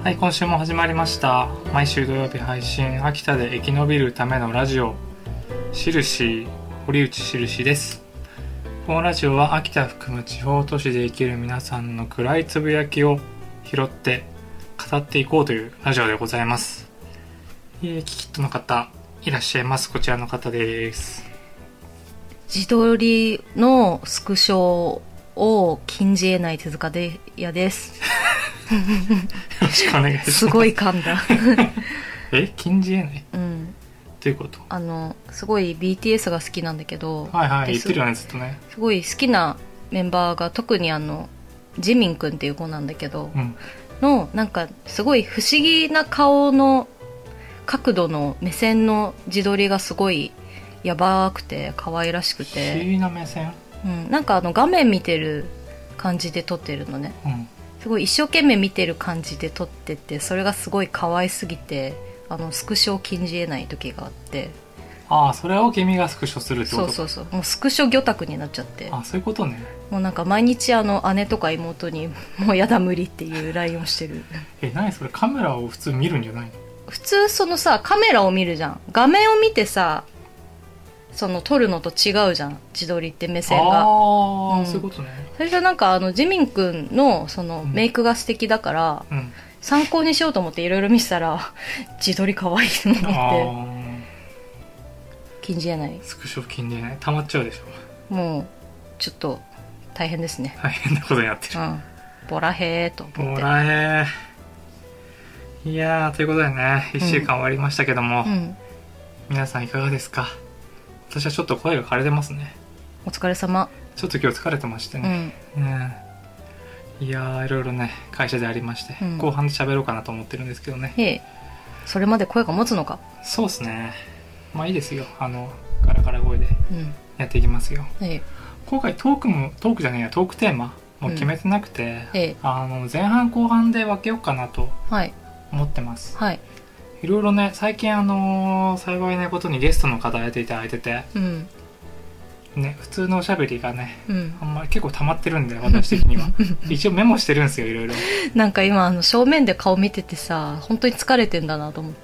はい、今週も始まりました。毎週土曜日配信、秋田で生き延びるためのラジオ、しるし、堀内しるしです。このラジオは秋田含む地方都市で生きる皆さんの暗いつぶやきを拾って語っていこうというラジオでございます。聞き手の方いらっしゃいます。こちらの方です。 自撮りのスクショを禁じ得ない手塚でやですよろしくお願いします。 すごい噛んだ禁じ得ない、 うん、 どういうこと？ すごい BTS が好きなんだけど、 はいはい、言ってるよねずっとね。 すごい好きなメンバーが特にジミンくんっていう子なんだけど、のなんかすごい不思議な顔の角度の目線の自撮りがすごいやばくて可愛らしくて、 不思議な目線、 なんか画面見てる感じで撮ってるのね、すごい一生懸命見てる感じで撮ってて、それがすごい可愛すぎてスクショを禁じ得ない時があって。 ああ、それを君がスクショするってことか。 そうもうスクショ魚拓になっちゃって。 あ、そういうことね。 もうなんか毎日姉とか妹にもうやだ無理っていう LINE をしてる。 何それ、カメラを普通見るんじゃないの？ 普通カメラを見るじゃん、画面を見てさ、撮るのと違うじゃん、自撮りって目線が。 そういうことね。 最初なんかジミンくんのメイクが素敵だから、参考にしようと思っていろいろ見せたら自撮り可愛いと思って禁じ得ない。 スクショ禁じ得ない。溜まっちゃうでしょ。 もうちょっと大変ですね。 大変なことになってる。 ボラヘーと思って。 ボラヘー。いやー、ということでね、1週間終わりましたけども、皆さんいかがですか？私はちょっと声が枯れてますね。 お疲れ様。 ちょっと今日疲れてましてね、いやー、いろいろね会社でありまして、後半で喋ろうかなと思ってるんですけどね。 それまで声が持つのか？ そうですね。まあいいですよ、ガラガラ声でやっていきますよ。今回トークテーマも決めてなくて、前半後半で分けようかなと思ってます。いろいろね、最近幸いなことにゲストの方やっていただいてて、ね、普通のおしゃべりがね、あんまり結構溜まってるんで、私的には一応メモしてるんですよ、いろいろ。 なんか今正面で顔見ててさ、本当に疲れてんだなと思って、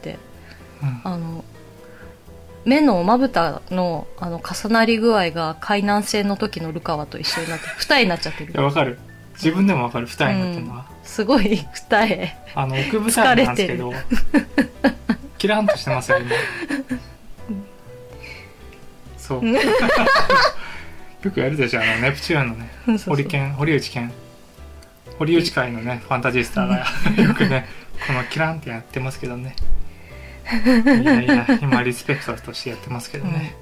目のまぶたの重なり具合が海南線の時のルカワと一緒になって二重になっちゃってる。 いや、わかる、自分でもわかる、二重になってるのは、 すごい二重、 奥二重なんですけどキランとしてますよ今。そうよくやるでしょ、ネプチューンのね、堀内会のねファンタジスタがよくねこのキランってやってますけどね。いや今リスペクトとしてやってますけどね、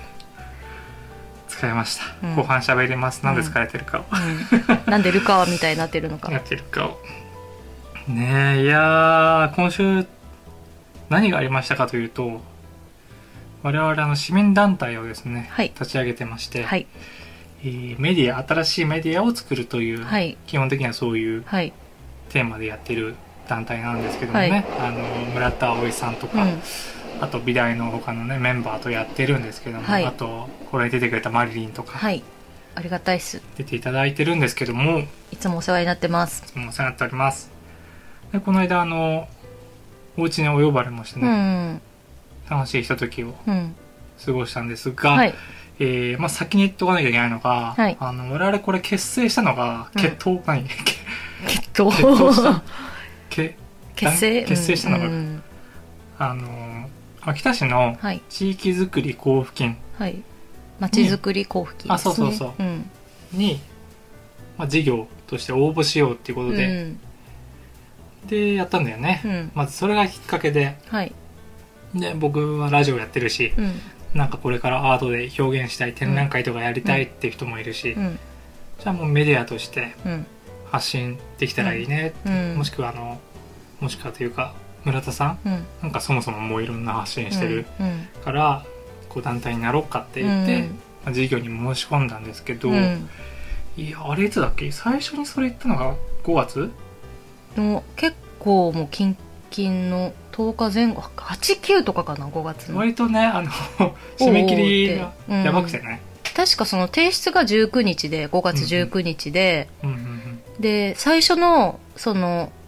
疲れました、後半喋ります。なんで疲れてるかを、 なんでルカワみたいになってるのかなってるかをね。いやー、今週何がありましたかというと、我々市民団体をですね、立ち上げてまして、新しいメディアを作るという、基本的にはそういうテーマでやってる団体なんですけどもね、村田葵さんとか、あと美大の他のねメンバーとやってるんですけども、あとこれに出てくれたマリリンとか、 ありがたいっす、 出ていただいてるんですけども、 いつもお世話になってます。 いつもお世話になっております。でこの間お家にお呼ばれもしてね、楽しいひとときを過ごしたんですが、先に言っておかなきゃいけないのが、我々これ結成したのが結成したのが、秋田市の地域づくり交付金、 まちづくり交付金ですね、 そうに、事業として応募しようっていうことで、でやったんだよね、まずそれがきっかけで、で僕はラジオやってるし、なんかこれからアートで表現したい、展覧会とかやりたいっていう人もいるし、じゃあもうメディアとして発信できたらいいねって、もしくはというか村田さん、なんかそもそももういろんな発信してるから、こう団体になろうかって言って、事業に申し込んだんですけど、いやあれいつだっけ、最初にそれ言ったのが5月？ もう結構もう近々の10日前後、8、9とかかな、5月の。 割とね、締め切りがやばくてね。 確か提出が19日で、5月19日で、で、最初の、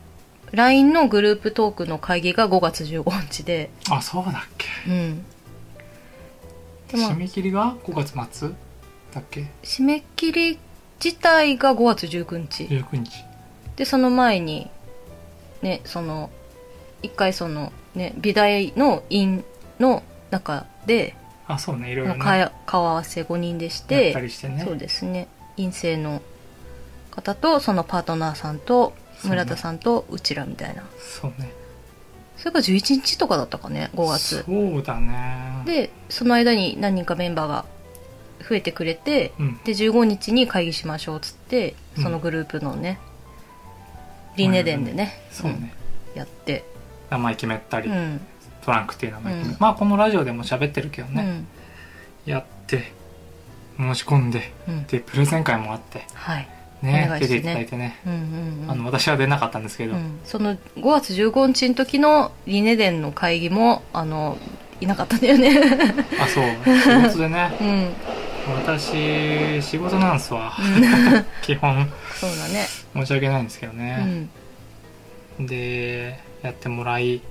LINE のグループトークの会議が5月15日で。 あ、そうだっけ。 うん。 でも締め切りが5月末だっけ。 締め切り自体が5月19日。 19日。 で、その前に、ね、一回ね、美大の院の中で、 あ、そうね、いろいろね。 顔合わせ5人でして、 やったりしてね。 そうですね。院生の方と、そのパートナーさんと、村田さんとうちらみたいな。 そうね。 それが11日とかだったかね、5月。 そうだね。 で、その間に何人かメンバーが増えてくれて、 うん、 で、15日に会議しましょうっつって、そのグループのね、リネデンでね、 そうね、 やって。 名前決めたり、トランクっていう名前決め、まあこのラジオでも喋ってるけどね、やって、申し込んで、で、プレゼン会もあって、 はい。 ね、出ていただいてね、私は出なかったんですけど、 その5月15日の時のリネデンの会議もいなかったんだよね。 あ、そう、仕事でね、私仕事なんすわ、基本。 そうだね、 申し訳ないんですけどね、でやってもらい、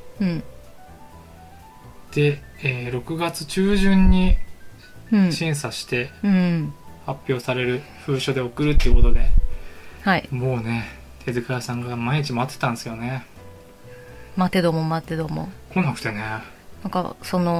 で、6月中旬に審査して、発表される封書で送るっていうことで、 はい、 もうね、手塚屋さんが毎日待ってたんですよね。 待てども待てども来なくてね。 なんか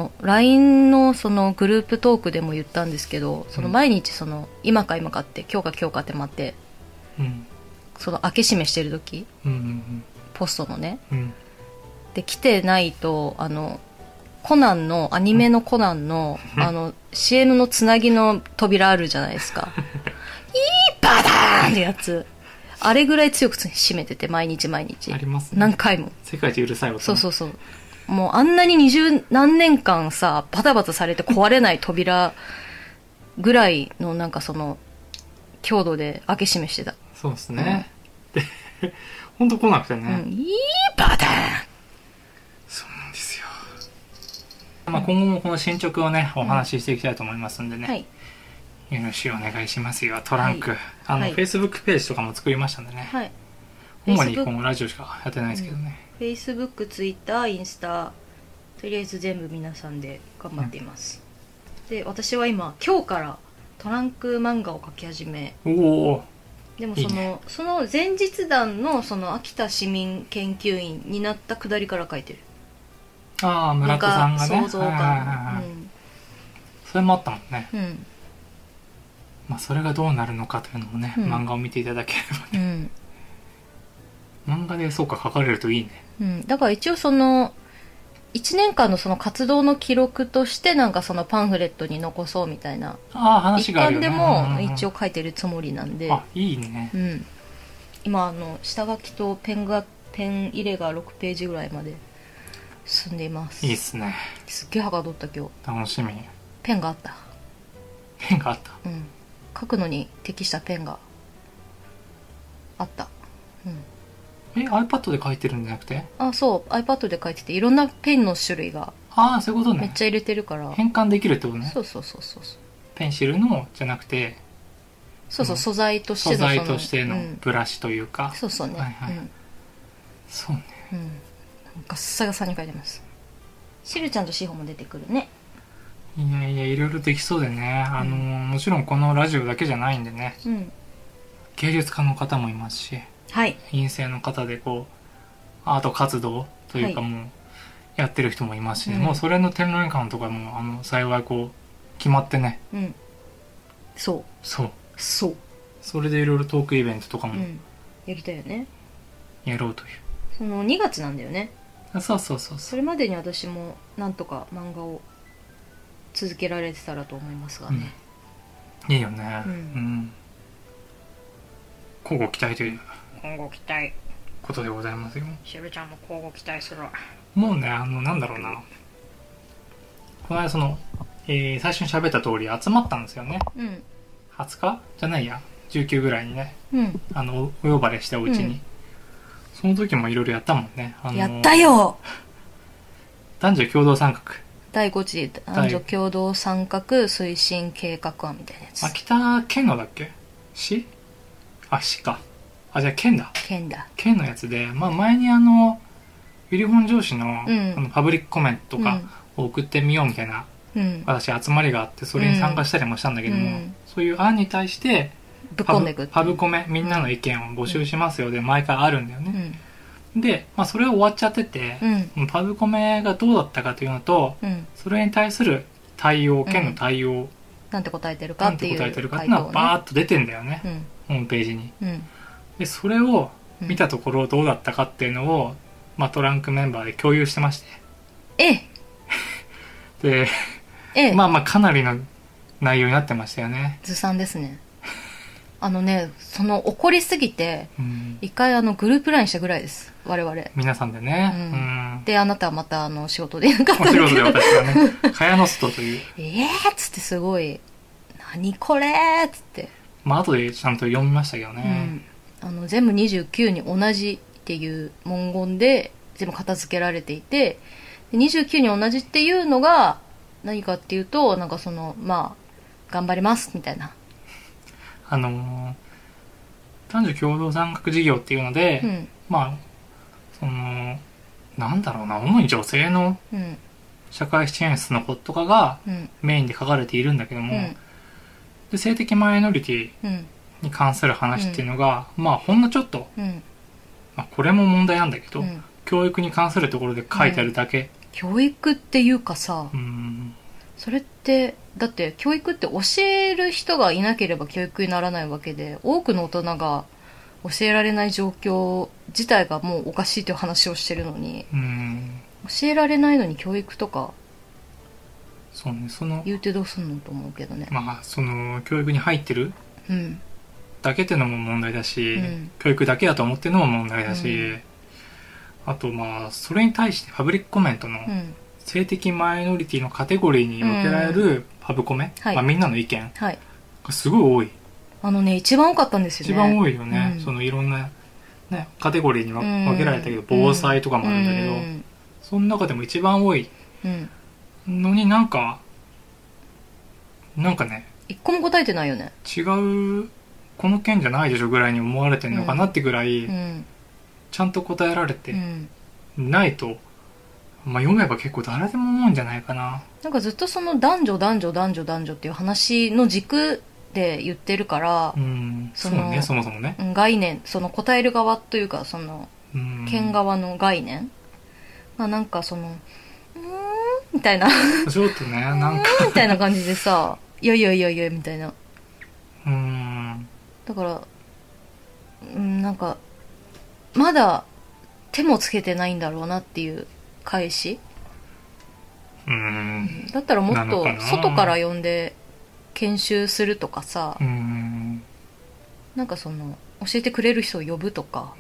LINE のグループトークでも言ったんですけど、毎日今か今かって今日か今日かって待って、開け閉めしてる時、ポストのね、で来てないとコナンのアニメのコナンのCM のつなぎの扉あるじゃないですか。いいバダーンってやつ、あれぐらい強く閉めてて、毎日毎日ありますね、 何回も。 世界一うるさい音。 そうそうそう、もうあんなに20何年間さバタバタされて壊れない扉ぐらいのなんか強度で開け閉めしてた。 そうですね、で本当来なくてね、 いいバダーン。 そうなんですよ。まあ今後もこの進捗をねお話ししていきたいと思いますんでね、よろしくお願いしますよ。トランク、Facebook ページとかも作りましたんでね、主にこのラジオしかやってないですけどね、 Facebook、Twitter、インスタ、とりあえず全部皆さんで頑張っています、で、私は今日からトランク漫画を描き始め、でもその前日談の秋田市民研究員になったくだりから書いてる。 ああ、村田さんがね、 想像感、 それもあったもんね、まあそれがどうなるのかというのもね、漫画を見ていただければね、漫画でそうか書かれるといいね、 だから一応1年間の活動の記録としてなんかパンフレットに残そうみたいな話があるよね。 一般でも一応書いてるつもりなんで、 いいね、 今下書きとペン入れが6ページぐらいまで進んでいます。 いいっすね。 すっげえはかどった今日。 楽しみ。 ペンがあった。書くのに適したペンがあった。 iPad で書いてるんじゃなくて？ そう、iPad で書いてて、いろんなペンの種類が、 そういうことね。 めっちゃ入れてるから変換できるってことね。 そう。 ペンシルのじゃなくて、 素材としてのブラシというか、 そうね、 そうね、 ガッサガサに書いてます。シルちゃんとシホも出てくるね。 いやいろいろできそうでね、もちろんこのラジオだけじゃないんでね、芸術家の方もいますし、院生の方でアート活動というかもうやってる人もいますし、もうそれの展覧会とかも幸い決まってね、 そうそれでいろいろトークイベントとかもやりたいよね。 やろうという、 2月なんだよね。 そう。 それまでに私もなんとか漫画を続けられてたらと思いますがね、 いいよね、交互期待ということでございますよ。 しるちゃんも交互期待するわ。 もうね、なんだろうな、この間最初に喋った通り集まったんですよね、20日じゃないや19ぐらいにね、お呼ばれしたお家に、その時もいろいろやったもんね。 やったよ。 男女共同参画第5次男女共同参画推進計画案みたいなやつ。 秋田県のだっけ？市か。 じゃあ剣だ。剣のやつで、まあ前にゆりほん上司の、パブリックコメントとかを送ってみようみたいな、私集まりがあって、それに参加したりもしたんだけども、そういう案に対して、パブコメ、みんなの意見を募集しますよで、毎回あるんだよね。で、まあそれは終わっちゃってて、パブコメがどうだったかというのと、それに対する対応、県の対応、 なんて答えてるかっていうのはバーッと出てんだよね、ホームページに。で、それを見たところどうだったかっていうのを、まあトランクメンバーで共有してまして。で、まあかなりの内容になってましたよね。 ずさんですね。怒りすぎて、一回グループラインしたぐらいです。我々。 皆さんでね。 で、あなたはまた仕事でいなかったんだけど。 お仕事で私はね、蚊帳の外という。 っつってすごい、何これっつって。 まあ後でちゃんと読みましたけどね。 全部29に同じっていう文言で全部片付けられていて、29に同じっていうのが何かっていうと、なんかまあ、頑張りますみたいな。 男女共同参画事業っていうので、まあなんだろうな、主に女性の社会支援室の子とかがメインで書かれているんだけども、で性的マイノリティに関する話っていうのが、まあほんのちょっと、まあ、これも問題なんだけど、教育に関するところで書いてあるだけ。 教育っていうかさ、それってだって教育って教える人がいなければ教育にならないわけで、多くの大人が教えられない状況自体がもうおかしいという話をしてるのに、教えられないのに教育とかそうね、 言うてどうすんのと思うけどね。 まあ教育に入ってるだけっていうのも問題だし、教育だけだと思ってるのも問題だし、あとまあそれに対してパブリックコメントの、性的マイノリティのカテゴリーに分けられるパブコメ、まあ、みんなの意見がすごい多い。 一番多かったんですよね。 一番多いよね、いろんな、ね、カテゴリーに分けられたけど、防災とかもあるんだけど、その中でも一番多いのになんかね、 一個も答えてないよね。 違う、この件じゃないでしょぐらいに思われてるのかなってぐらい、ちゃんと答えられてないと、まあ、読めば結構誰でも思うんじゃないかな。 なんかずっと男女っていう話の軸で言ってるから、 そうね、そもそもね、 概念、答える側というか県側の概念まあなんかみたいなちょっとね、なんかみたいな感じでさ、いやみたいな。だからなんかまだ手もつけてないんだろうなっていう返し。だったらもっと外から呼んで研修するとかさ、なんか教えてくれる人を呼ぶとか、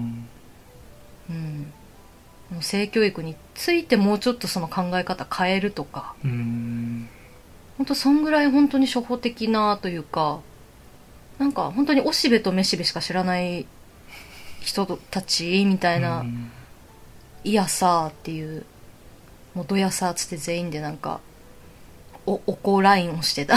性教育についてもうちょっと考え方変えるとか、本当そんぐらい本当に初歩的なというか、なんか本当におしべとめしべしか知らない人たちみたいな、いやさーっていう、もうどやさーっつって全員でなんかおこラインをしてた、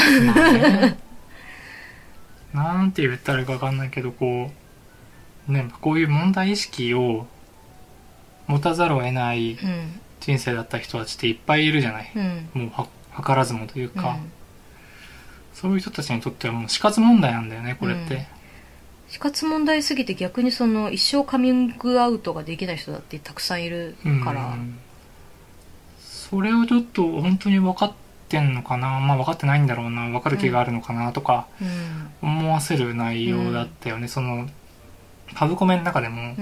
なんて言ったらいいか分かんないけど、こういう問題意識を持たざるを得ない人生だった人たちっていっぱいいるじゃない、もう図らずもというか、そういう人たちにとってはもう死活問題なんだよね、これって。 死活問題すぎて逆に一生カミングアウトができない人だってたくさんいるから、 それをちょっと本当に分かってんのかな、まあ分かってないんだろうな、分かる気があるのかなとか思わせる内容だったよね。パブコメの中でも、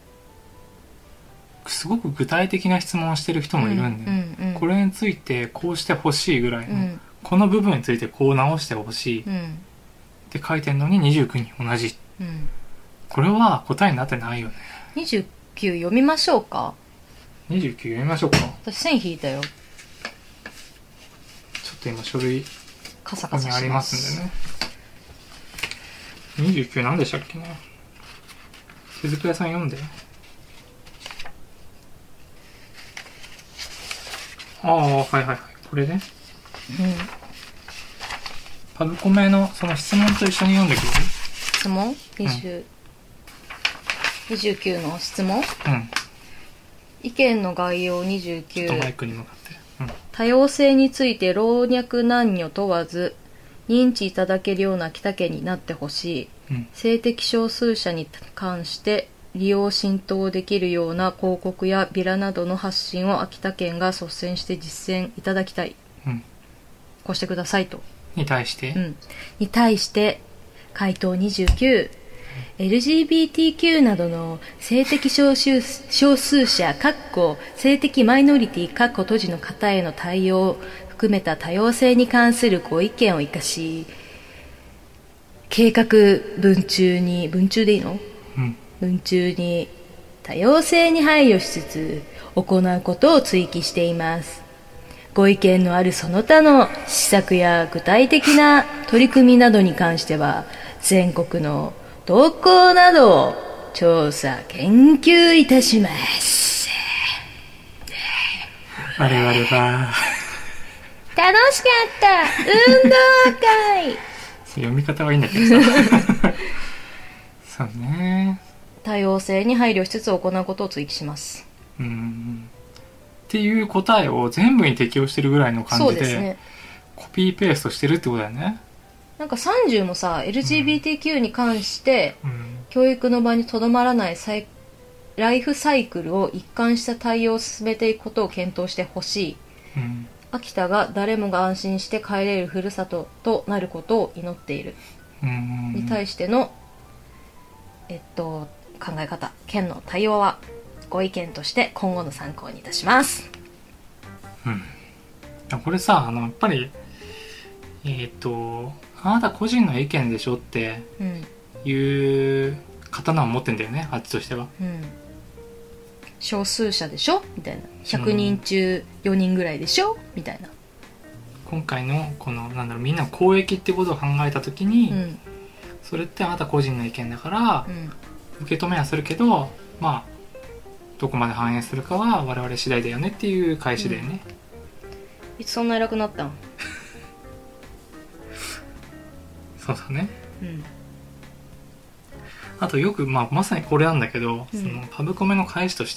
すごく具体的な質問をしてる人もいるんで、これについてこうしてほしいぐらいの、この部分についてこう直してほしいって書いてるのに29に同じ、これは答えになってないよね。 29読みましょうか。 29読みましょうか。 私線引いたよ。 ちょっと今書類カサカサします。 ここにありますんでね。29何でしたっけね。手塚屋さん読んで。はいこれね。パブコメのその質問と一緒に読んでくれる？ 質問？20、 29の質問、 うん、 意見の概要29。 ちょっとマイクに向かって、 多様性について老若男女問わず認知いただけるような秋田県になってほしい、性的少数者に関して利用浸透できるような広告やビラなどの発信を秋田県が率先して実践いただきたい、こうしてくださいと。 に対して、 に対して回答29、LGBTQ などの性的少数者性的マイノリティ閉じの方への対応を含めた多様性に関するご意見を生かし、計画文中でいいの？文中に多様性に配慮しつつ行うことを追記しています。ご意見のあるその他の施策や具体的な取り組みなどに関しては全国の動向などを調査研究いたします。 我々は楽しかった運動会読み方はいいんだけどさそうね、 多様性に配慮しつつ行うことを追記します。 っていう答えを全部に適用してるぐらいの感じ でコピーペーストしてるってことだよね。 なんか30もさ LGBTQ に関して、教育の場にとどまらないライフサイクルを一貫した対応を進めていくことを検討してほしい、秋田が誰もが安心して帰れるふるさととなることを祈っている、に対しての考え方、県の対応はご意見として今後の参考にいたします。 これさ、やっぱりあなた個人の意見でしょっていう刀を持ってんだよね、あっちとしては。少数者でしょみたいな、100人中4人ぐらいでしょみたいな。今回のこのみんな公益ってことを考えた時に、それってあなた個人の意見だから、受け止めはするけど、まあどこまで反映するかは我々次第だよねっていう返しだよね。 いつそんな偉くなったん？ そうだね。あとよく、まさにこれなんだけど、そのパブコメの返しとして、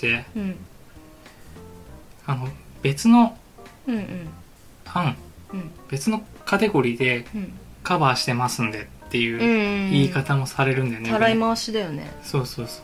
別の案、別のカテゴリーでカバーしてますんでっていう言い方もされるんだよね。 たらい回しだよね。 そうそうそう。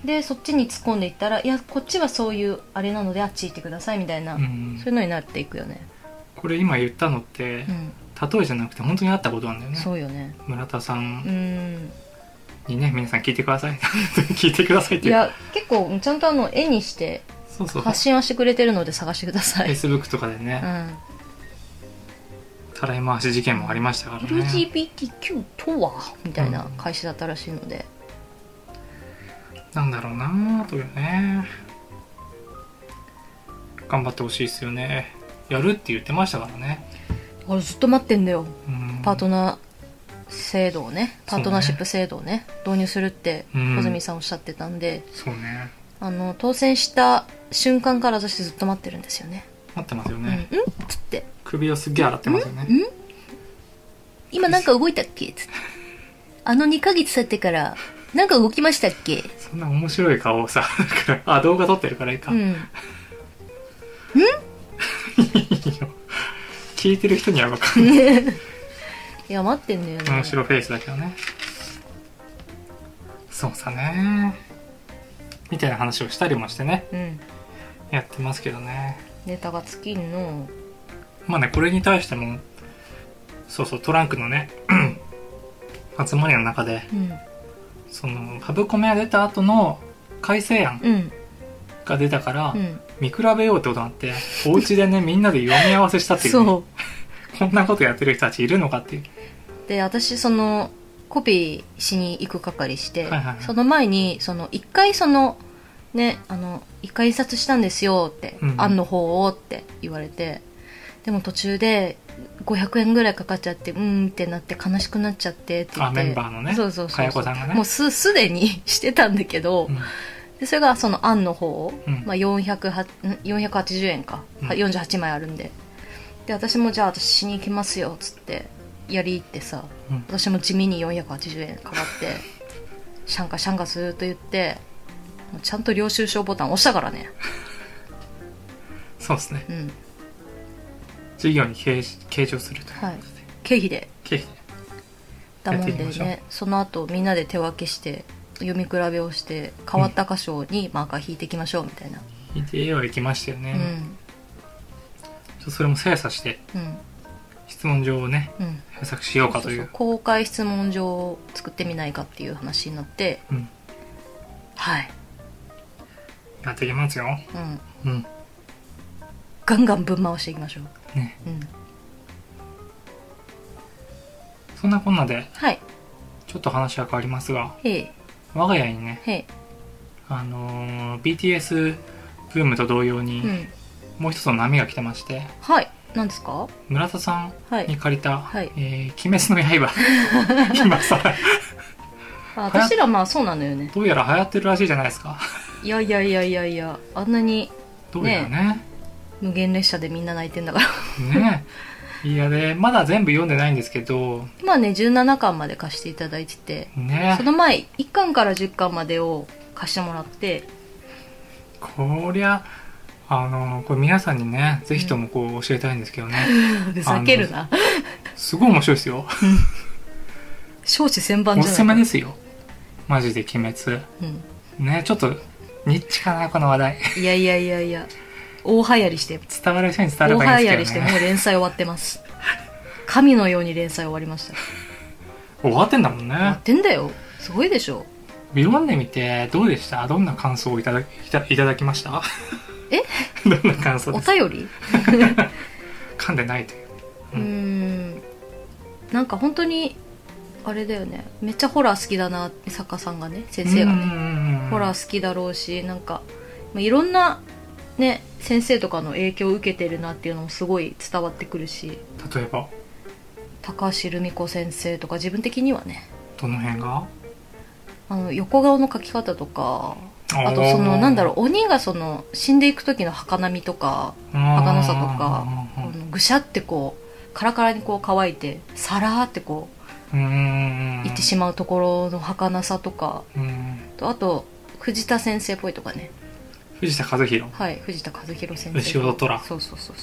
でそっちに突っ込んでいったら、いやこっちはそういうあれなのであっち行ってくださいみたいな、そういうのになっていくよね。これ今言ったのって、例えじゃなくて本当にあったことなんだよね。そうよね。村田さんにね、皆さん聞いてください聞いてくださいって。いや結構ちゃんと絵にして発信はしてくれてるので探してください。 Facebook とかでね、たらい回し事件もありましたからね。 LGBTQ とはみたいな会社だったらしいので、なんだろうなというね。頑張ってほしいですよね。やるって言ってましたからね。俺ずっと待ってんだよ、パートナー制度をね、パートナーシップ制度をね導入するって小泉さんおっしゃってたんで、そうね、当選した瞬間から私ずっと待ってるんですよね。待ってますよね。っつって首をすっげえ洗ってますよね。今なんか動いたっけつって2ヶ月経ってからなんか動きましたっけ。そんな面白い顔をさ動画撮ってるからいいか。聞いてる人には分かんないいや待ってんだよね。面白フェイスだけどね。そうさねみたいな話をしたりもしてね、やってますけどね。ネタが尽きんの。まあね、これに対してもそうトランクのね集まりの中で、そのパブコメが出た後の改正案が出たから、見比べようってことになってお家でねみんなで読み合わせしたっていう、ね、こんなことやってる人たちいるのかっていう。で私そのコピーしに行く係して、その前に一回ね一回印刷したんですよって、案の方をって言われて、でも途中で500円ぐらいかかっちゃってってなって悲しくなっちゃってって言って、メンバーのねかやこさんがねもうすでにしてたんだけど、でそれがその案の方を、480円か、48枚あるんで、で私もじゃあ私しに行きますよっつってやり行ってさ、私も地味に480円かかってシャンカシャンカずーっと言ってちゃんと領収書ボタン押したからね。 そうですね、 うん、 事業に計上するということで、 はい、経費でだもんでね、その後みんなで手分けして読み比べをして変わった箇所にマーカー引いていきましょうみたいな、 引いてはいきましたよね、それも精査して、質問状をね、制作しようかという、 公開質問状を作ってみないかっていう話になって、はいやっていきますよ。 ガンガンぶん回していきましょうね。 そんなこんなで、 はい、 ちょっと話は変わりますが、我が家にね、BTS ブームと同様に、もう一つの波が来てまして、 はい、何ですか？ 村田さんに借りた、 はい鬼滅の刃今更私らまあそうなのよね。 どうやら流行ってるらしいじゃないですか。 いやあんなにどうやらね、 無限列車でみんな泣いてんだからね。いやでまだ全部読んでないんですけど、 今ね17巻まで貸していただいてて、 ね、 その前1巻から10巻までを貸してもらって、 こりゃこれ皆さんにねぜひともこう教えたいんですけどね、 ふざけるなすごい面白いですよ承知千万じゃないか。 おすすめですよマジで鬼滅、ね、ちょっとニッチかなこの話題。 いや大流行りして伝わる人に伝わればいいんですけどね。 大流行りしてもう連載終わってます。神のように連載終わりました。 終わってんだもんね。 終わってんだよ。すごいでしょ。 読んでみてどうでした？どんな感想をいただきました？どんな感想ですか？ お便り噛んでないという、 なんか本当にあれだよね、めっちゃホラー好きだなって作家さんがね、先生がねホラー好きだろうし、なんかいろんなね先生とかの影響を受けてるなっていうのもすごい伝わってくるし、 例えば高橋留美子先生とか自分的にはね、 どの辺が横顔の描き方とか、あとそのなんだろう、鬼がその死んでいく時の儚みとか儚さとか、ぐしゃってこうカラカラにこう乾いてサラーってこういってしまうところの儚さとか、あと藤田先生っぽいとかね。 藤田和弘、 はい、藤田和弘先生、 牛尾虎、 そうそうそう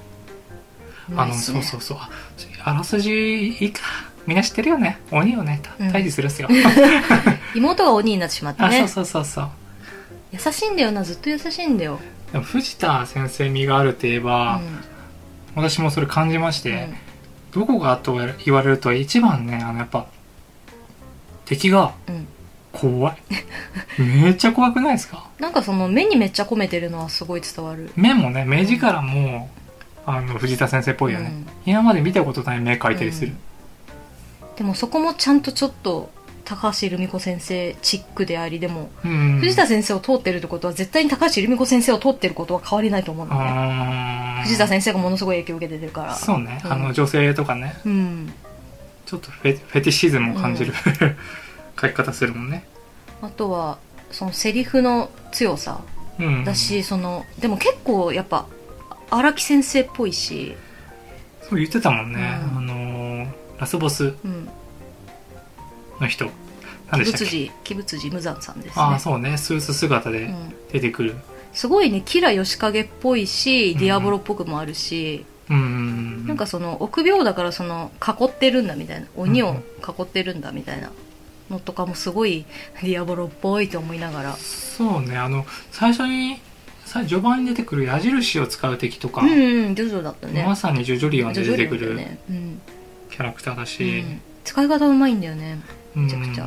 あらすじいいか、みんな知ってるよね。鬼をね退治するっすよ、 妹が鬼になってしまってね。 そう優しいんだよな、ずっと優しいんだよ。 でも藤田先生味があるといえば、私もそれ感じまして、どこがと言われると一番ね、やっぱ敵が怖い、めっちゃ怖くないですか？ なんかその目にめっちゃ込めてるのはすごい伝わる。 目もね、目力も、藤田先生っぽいよね、今まで見たことない目描いたりする、 でもそこもちゃんとちょっと高橋留美子先生チックであり、でも、藤田先生を通ってるってことは絶対に高橋留美子先生を通ってることは変わりないと思うのね。藤田先生がものすごい影響を受けてるから。 そうね、女性とかね、ちょっとフェティシズムを感じる、書き方するもんね。あとはそのセリフの強さだし、でも結構やっぱ荒木先生っぽいし、 そう言ってたもんね、ラスボスの人、何でしたっけ？ 鬼舞辻無惨さんですね。 そうね、スーツ姿で出てくる、 すごいね、キラヨシカゲっぽいし、ディアボロっぽくもあるし、なんかその臆病だから、その囲ってるんだみたいな、鬼を囲ってるんだみたいなのとかもすごいディアボロっぽいと思いながら。 そうね、最初に序盤に出てくる矢印を使う敵とか、 ジョジョだったね。 まさにジョジョリオンで出てくるキャラクターだし、 使い方うまいんだよね、めちゃくちゃ。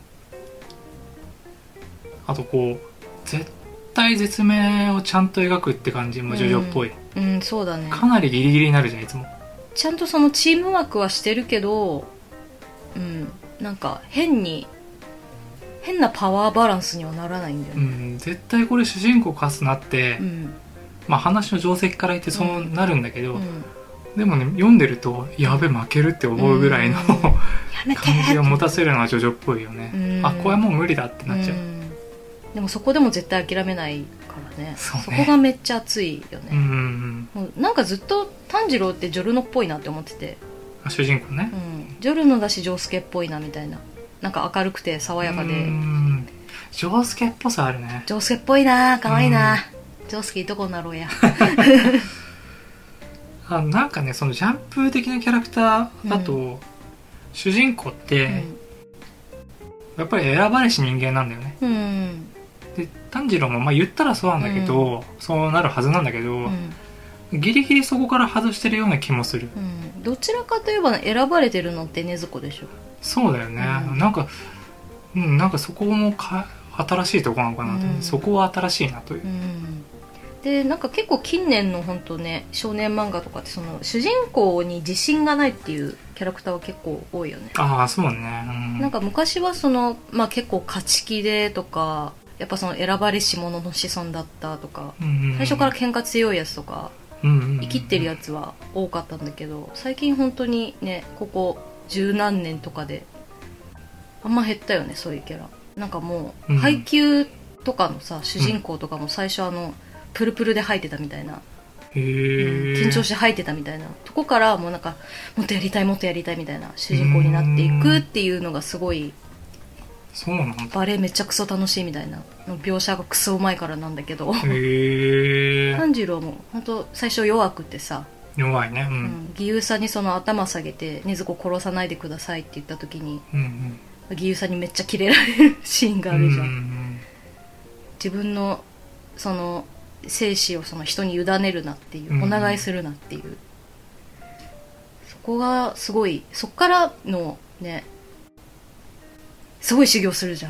あとこう絶対絶命をちゃんと描くって感じもジョジョっぽい、 そうだね、 かなりギリギリになるじゃん、いつも。 ちゃんとそのチームワークはしてるけど、なんか変なパワーバランスにはならないんだよね。 絶対これ主人公勝つなって、話の定石から言ってそうなるんだけど、でもね、読んでるとやべ負けるって思うぐらいの感じを持たせるのはジョジョっぽいよね。これはもう無理だってなっちゃう。 でもそこでも絶対諦めないからね。そこがめっちゃ熱いよね。もうなんかずっと炭治郎ってジョルノっぽいなって思ってて。 主人公ね、 ジョルノだしジョウスケっぽいなみたいな。 なんか明るくて爽やかで、 丈介っぽさあるね。 丈介っぽいな、可愛いな。丈介どこなろうや。 なんかね、そのジャンプ的なキャラクターだと、主人公って、やっぱり選ばれし人間なんだよね。で炭治郎も言ったらそうなんだけど、そうなるはずなんだけど、ギリギリそこから外してるような気もする。 どちらかといえば選ばれてるのって禰豆子でしょ。 そうだよね。なんかそこも新しいとこなのかなと、そこは新しいなという。 でなんか結構近年の本当ね少年漫画とかってその主人公に自信がないっていうキャラクターは結構多いよね。 ああそうね、 なんか昔はその、結構勝ち気でとかやっぱその選ばれし者の子孫だったとか、最初から喧嘩強いやつとか、生きってるやつは多かったんだけど、最近本当にねここ十何年とかであんま減ったよねそういうキャラ。なんかもう、配給とかのさ主人公とかも最初プルプルで吐いてたみたいな、緊張して吐いてたみたいなとこからもうなんかもっとやりたいもっとやりたいみたいな主人公になっていくっていうのがすごい、 そうなんだ。 バレエめっちゃクソ楽しいみたいなの描写がクソうまいからなんだけど、炭治郎も本当最初弱くてさ、 弱いね、 義勇さんにその頭下げて禰豆子殺さないでくださいって言った時に、義勇さんにめっちゃキレられるシーンがあるじゃん。自分のその生死をその人に委ねるなっていう、お願いするなっていう、そこがすごい、そっからのねすごい修行するじゃ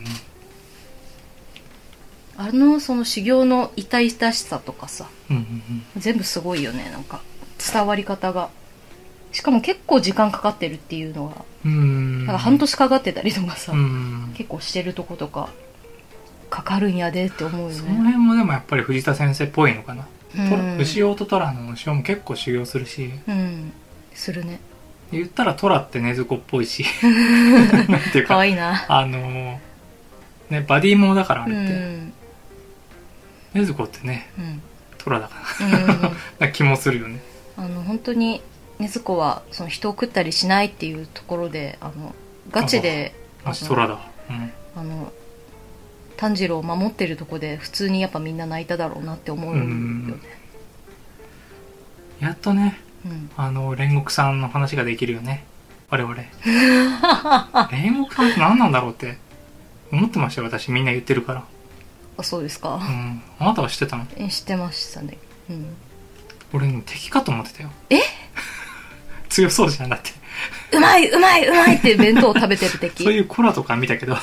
ん、その修行の痛々しさとかさ、全部すごいよね。なんか伝わり方が、しかも結構時間かかってるっていうのが、なんか半年かかってたりとかさ、結構してるとことかかかるんやでって思うよね。 その辺もでもやっぱり藤田先生っぽいのかな。牛尾と虎の牛尾も結構修行するし、 するね。 言ったら虎って禰豆子っぽいしなんていうかかわいいな。 ね、バディものだからあれって、禰豆子ってね、虎だからな気もするよね。 本当に禰豆子はその人を食ったりしないっていうところでガチで虎だ、 炭治郎を守ってるとこで普通にやっぱみんな泣いただろうなって思うよね。 やっとね、煉獄さんの話ができるよね我々。煉獄さんって何なんだろうって思ってましたよ私、みんな言ってるから。 あ、そうですか。 あなたは知ってたの？ 知ってましたね。 俺敵かと思ってたよ。強そうじゃんだって。 うまいうまいうまいって弁当を食べてる敵。 そういうコラとか見たけど、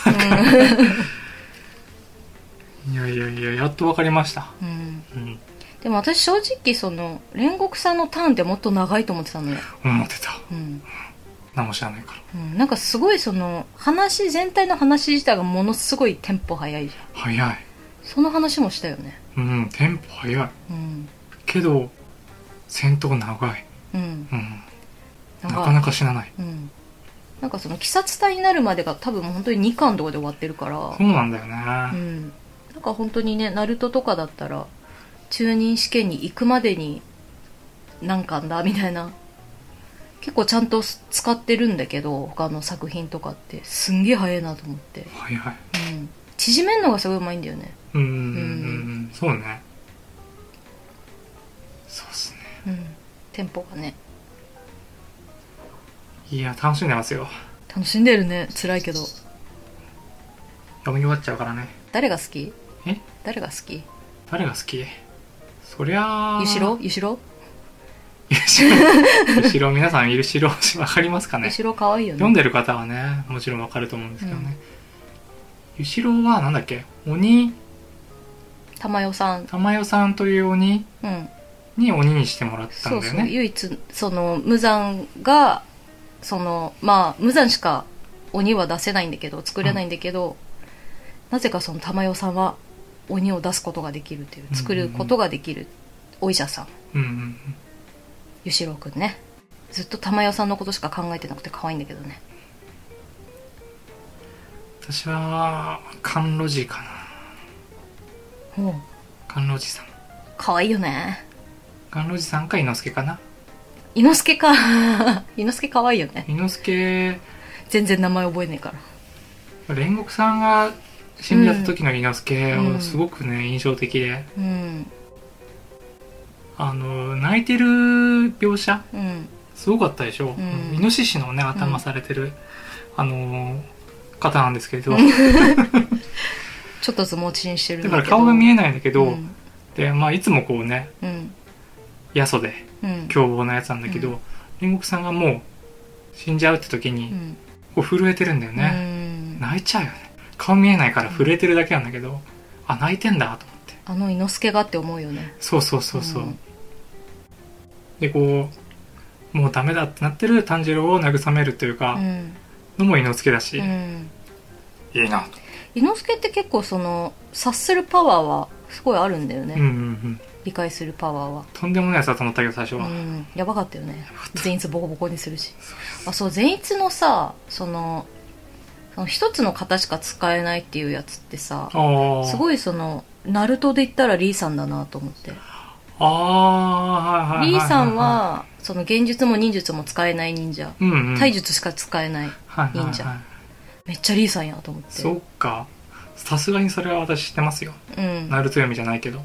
いややっと分かりました。 でも私正直その煉獄さんのターンってもっと長いと思ってたのよ。 思ってた。何も知らないから。 なんかすごいその全体の話自体がものすごいテンポ早いじゃん。 早い。 その話もしたよね。 テンポ早い。けど戦闘長い。なかなか死なない。なんかその鬼殺隊になるまでが多分本当に2巻とかで終わってるから。 そうなんだよね。 なんか本当にね、ナルトとかだったら中忍試験に行くまでに何巻だみたいな、結構ちゃんと使ってるんだけど他の作品とかってすんげえ早いなと思って。 早い。 縮めるのがすごいうまいんだよね。 そうね。そうっすね。 テンポがね。 いや楽しんでますよ。 楽しんでるね。辛いけど読み終わっちゃうからね。 誰が好き？誰が好き？ 誰が好き？そりゃゆしろゆしろ皆さんゆしろわかりますかね？ ゆしろかわいいよね。 読んでる方はねもちろんわかると思うんですけどね。ゆしろはなんだっけ、鬼玉代さんという鬼に鬼にしてもらったんだよね。 そう唯一その無惨がその無惨しか鬼は出せないんだけど作れないんだけど、なぜかその玉代さんは鬼を出すことができるという、作ることができるお医者さん、ゆしろうくんね。ずっと玉代さんのことしか考えてなくて可愛いんだけどね。 私は甘露寺かな。甘露寺さん可愛いよね。 甘露寺さんか伊之助かな。 伊之助か伊之助可愛いよね。 伊之助全然名前覚えねえから。 煉獄さんが死んじゃった時の伊之助はすごくね、印象的で、 うん、 泣いてる描写、うん、すごかったでしょ、うん、イノシシのね頭されてる、うん、方なんですけどちょっと図持ちにしてるんだから顔が見えないんだけど、うん、でまあいつもこうね、うん、ヤソで凶暴なやつなんだけど、煉獄さんがもう死んじゃうって時に、こう震えてるんだよね、泣いちゃうよね。顔見えないから震えてるだけなんだけど、あ、泣いてんだと思って、 伊之助がって思うよね。 そうそうそうそう、でこうもうダメだってなってる炭治郎を慰めるというか、のも伊之助だし、いいなと。 伊之助って結構その察するパワーはすごいあるんだよね、理解するパワーは。 とんでもないやつだと思ったけど最初は、 やばかったよね。善逸ボコボコにするし。あ、そう、善逸のさ、その一つの型しか使えないっていうやつってさ、すごいそのナルトで言ったらリーさんだなと思って。リーさんはその幻術も忍術も使えない忍者、体術しか使えない忍者、めっちゃリーさんやと思って。 そっか、さすがにそれは私知ってますよ、ナルト読みじゃないけど、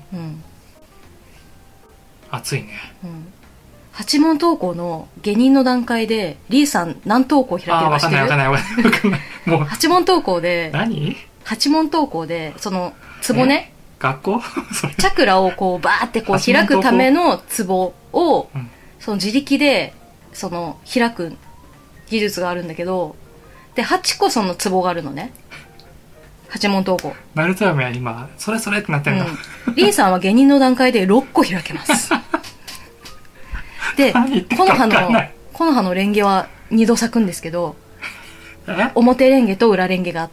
熱いね、 八門登校の下忍の段階でリーさん何登校開けるか知ってる？ 分かんないもう八門登校で、 何？ 八門登校でその壺ね、 学校チャクラをこうバーってこう開くための壺を、その自力でその開く技術があるんだけど、で8個その壺があるのね、八門登校。 ナルト読みは今それってなってんだ、 リーさんは下忍の段階で6個開けますで木の葉のレンゲは2度咲くんですけど、表レンゲと裏レンゲがあって、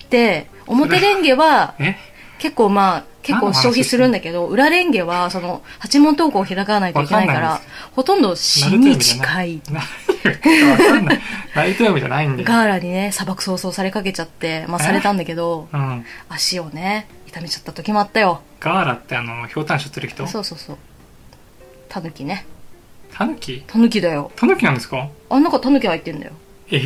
表レンゲは結構消費するんだけど、裏レンゲはその八門登校を開かないといけないから、ほとんど死に近い。 ナルト読みじゃないんで。 ガーラにね、砂漠早々されかけちゃって、されたんだけど、足をね痛めちゃった時もあったよ。 ガーラってひょうたんしょってる人？ そうそうそう、タヌキね。 タヌキ？ タヌキだよ。 タヌキなんですか？ あん中タヌキ入ってんだよ。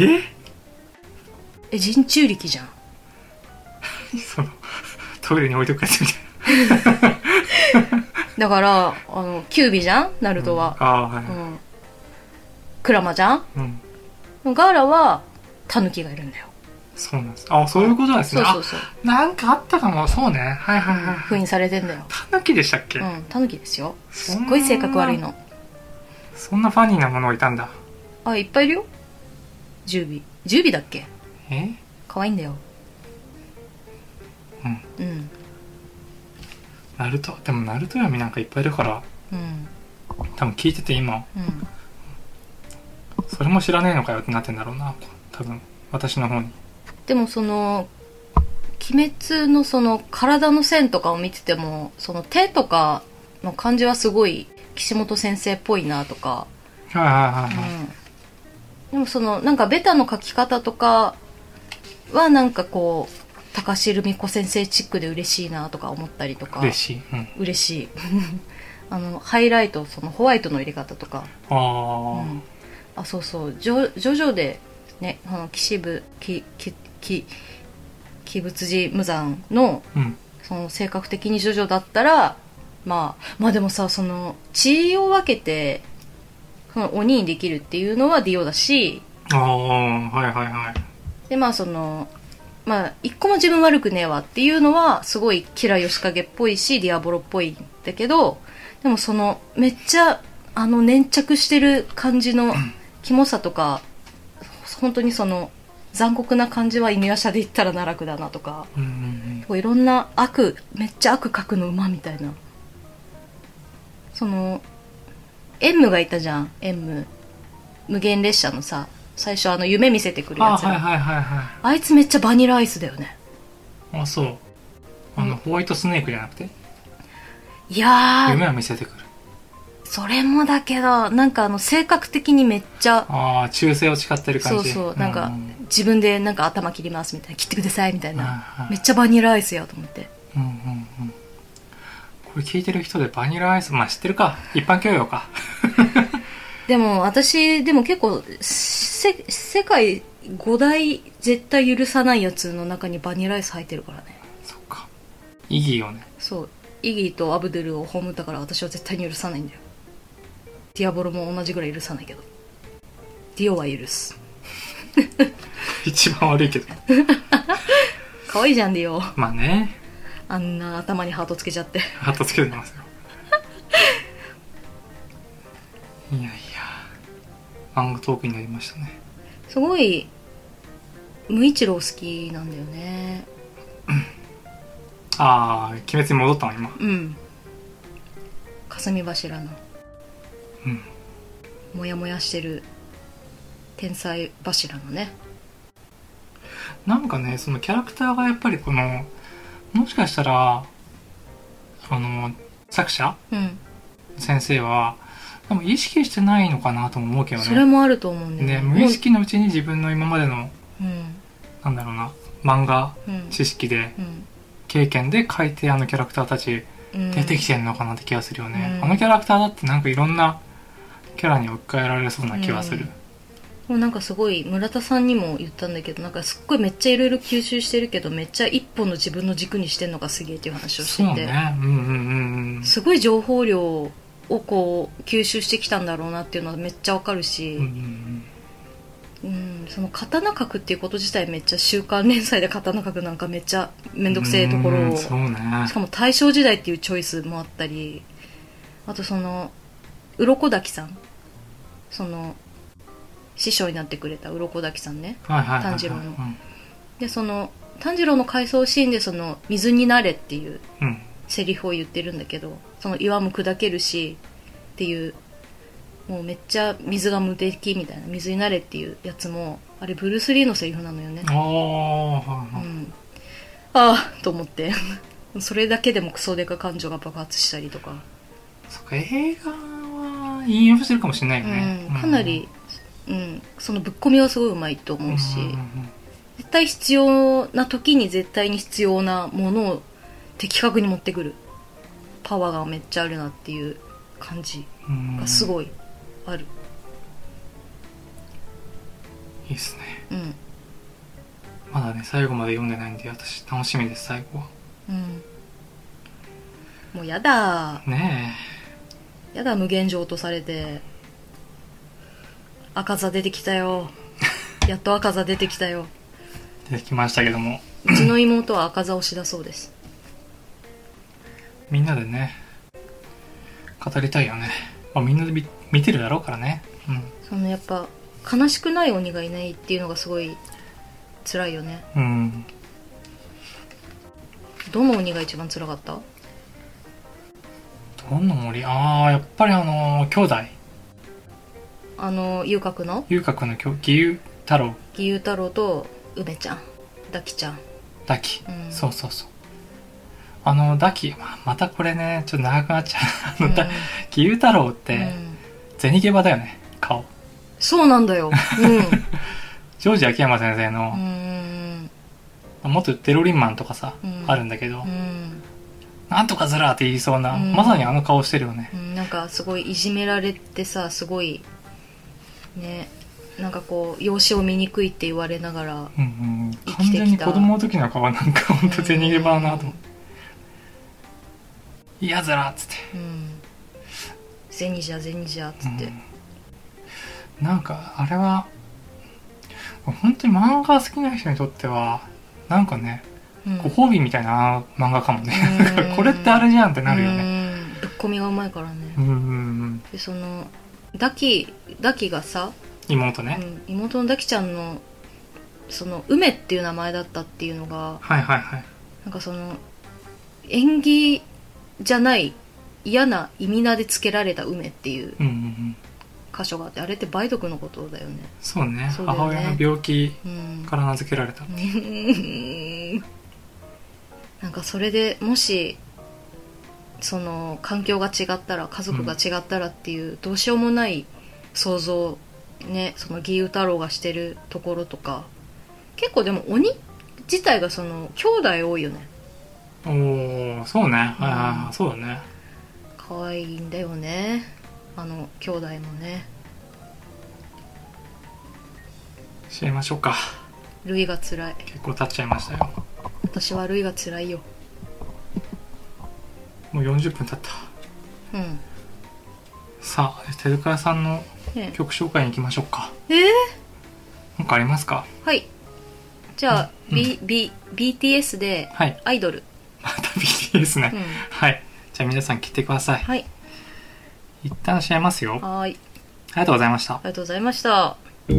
人中力じゃんそのトイレに置いとくやつみたいなだからキュービじゃんナルトは、クラマじゃん、ガーラはタヌキがいるんだよ。 そうなんです。そういうことなんですね。そうなんかあったかも。そうね、 封印されてんだよ。 タヌキでしたっけ？ タヌキですよ。すっごい性格悪いの。そんなファニーなものがいたんだ。 いっぱいいるよ。10尾だっけ？可愛いんだよ。 ナルト読みなんかいっぱいいるから、多分聞いてて今、それも知らねえのかよってなってんだろうな、多分私の方に。 でもその鬼滅のその体の線とかを見てても、その手とかの感じはすごい岸本先生っぽいなとか、でもそのなんかベタの描き方とかはなんかこう高橋留美子先生チックで嬉しいなとか思ったりとか。 嬉しい、 嬉しいハイライト、そのホワイトの入れ方とか。そうそう、ジョジョでね、鬼仏寺無惨の、その性格的にジョジョだったら、まあでもさ、その血を分けてその鬼にできるっていうのはディオだし、でその一個も自分悪くねえわっていうのはすごいキラヨシカゲっぽいしディアボロっぽいんだけど、でもそのめっちゃ粘着してる感じのキモさとか、本当にその残酷な感じは犬夜叉で言ったら奈落だなとか、いろんなめっちゃ悪描くの馬みたいな。そのエンムがいたじゃん、エンム、無限列車のさ、最初夢見せてくるやつら、あいつめっちゃバニラアイスだよね。 そう、ホワイトスネークじゃなくて、 いや夢を見せてくる。 それもだけど、なんか性格的にめっちゃ忠誠を誓ってる感じ。 そう、なんか自分でなんか頭切りますみたいな、切ってくださいみたいな、めっちゃバニラアイスやと思って。 これ聞いてる人でバニラアイス知ってるか、一般教養かでも私結構世界5大絶対許さないやつの中にバニラアイス入ってるからね。 そっか。イギーをね。 そう、イギーとアブドゥルを葬ったから私は絶対に許さないんだよ。ディアボロも同じぐらい許さないけど、ディオは許す。 一番悪いけど。 可愛いじゃんディオ。 まあね。 あんな頭にハートつけちゃって。 ハートつけてますよ。いやいや、漫画トークになりましたね。 すごい無一郎好きなんだよね。 ああ、鬼滅に戻ったの今。 うん。霞柱の、 うん、 モヤモヤしてる天才柱のね。 なんかね、そのキャラクターがやっぱりこの、もしかしたら作者、うん、先生はでも意識してないのかなとも思うけどね。 それもあると思うんだよね。 無意識のうちに自分の今までの、うん、なんだろうな、漫画、うん、知識で、うん、経験で書いてキャラクターたち出てきてるのかなって気がするよね、うん、あのキャラクターだってなんかいろんなキャラに置き換えられそうな気がする、 もうなんかすごい村田さんにも言ったんだけど、なんかすっごいめっちゃいろいろ吸収してるけどめっちゃ一本の自分の軸にしてんのがすげえっていう話をしてて、そうね、うんうんうん、すごい情報量をこう吸収してきたんだろうなっていうのはめっちゃわかるし、うんうんうん、その刀書くっていうこと自体めっちゃ週刊連載で刀書くなんかめっちゃめんどくせえところを、そうね、しかも大正時代っていうチョイスもあったり、あとその鱗滝さん、その師匠になってくれた鱗滝さんね、炭治郎の、うん、でその炭治郎の回想シーンでその水になれっていうセリフを言ってるんだけど、その岩も砕けるしっていう、もうめっちゃ水が無敵みたいな、水になれっていうやつもあれブルース・リーのセリフなのよね。ああ、うん、ああと思ってそれだけでもクソデカ感情が爆発したりとか。 そっか、映画は引用してるかもしれないよね、 うん、かなり、うん、そのぶっ込みはすごいうまいと思うし、うんうんうん、絶対必要な時に絶対に必要なものを的確に持ってくるパワーがめっちゃあるなっていう感じがすごいある。 いいっすね、うん、まだね最後まで読んでないんで私楽しみです。最後は、うん、 もうやだねえ、やだ、無限上とされて。赤座出てきたよやっと赤座出てきたよ。 出てきましたけどもうちの妹は赤座推しだそうです。 みんなでね語りたいよね、まあ、みんなで 見てるだろうからね、うん、 そのやっぱ悲しくない鬼がいないっていうのがすごい辛いよね、うん、どの鬼が一番辛かった？ どの森？ああ、やっぱり兄弟、 遊郭の義勇太郎、 義勇太郎と梅ちゃん、ダキちゃん、 ダキ、うん、そうそうそう、ダキ、またこれねちょっと長くなっちゃう義勇太郎って銭ゲバだよね、顔。 そうなんだよ、うん、 ジョージ秋山先生の元テロリンマンとかさ、あるんだけど、なんとかずらーって言いそうな、まさにあの顔してるよね、 なんかすごいいじめられてさ、すごいね、なんかこう容姿を醜いって言われながら生きてきた、うんうん、 完全に子供の時の顔なんかほんと銭ゲバだなと思って、いやずらっつって、 銭じゃ銭じゃっつって、 なんかあれは本当に漫画好きな人にとってはなんかね、ご褒美みたいな漫画かもねこれってあれじゃんってなるよね。 ぶっ込みがうまいからね。でそのダキがさ、 妹ね、 妹のダキちゃんのその梅っていう名前だったっていうのが、 はいはいはい、 なんかその縁起じゃない嫌な意味名で付けられた梅っていう箇所があって、あれって梅毒のことだよね。 そうね、母親の病気から名付けられた、 なんかそれでもしその環境が違ったら、家族が違ったらっていう、どうしようもない想像ね、その義勇太郎がしてるところとか、結構でも鬼自体がその兄弟多いよね。 おー、そうね、はいはいはい、そうだね。 可愛いんだよね、兄弟もね。 知りましょうか。 ルイが辛い。 結構経っちゃいましたよ。 私はルイが辛いよ。 もう40分経った。さあ手塚さんの曲紹介に行きましょうか。なんかありますか？ はい、じゃあ、BTS でアイドル。 また BTS ね。はい、じゃあ皆さん聞いてください。 はい、 一旦しちゃいますよ。 はい、 ありがとうございました。 ありがとうございました。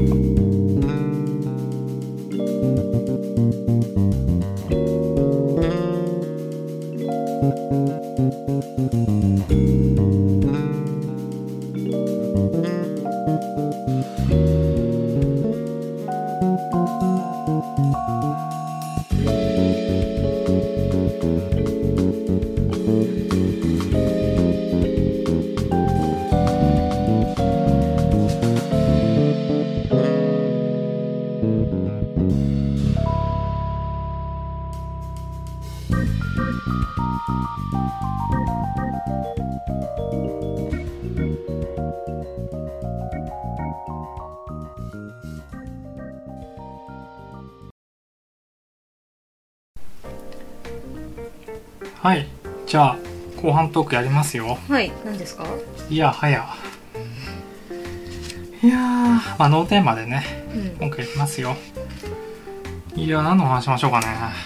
はい、じゃあ後半トークやりますよ。 はい、何ですか？ いやはや、いやまあノーテーマでね、今回やりますよ。いや何の話しましょうかね。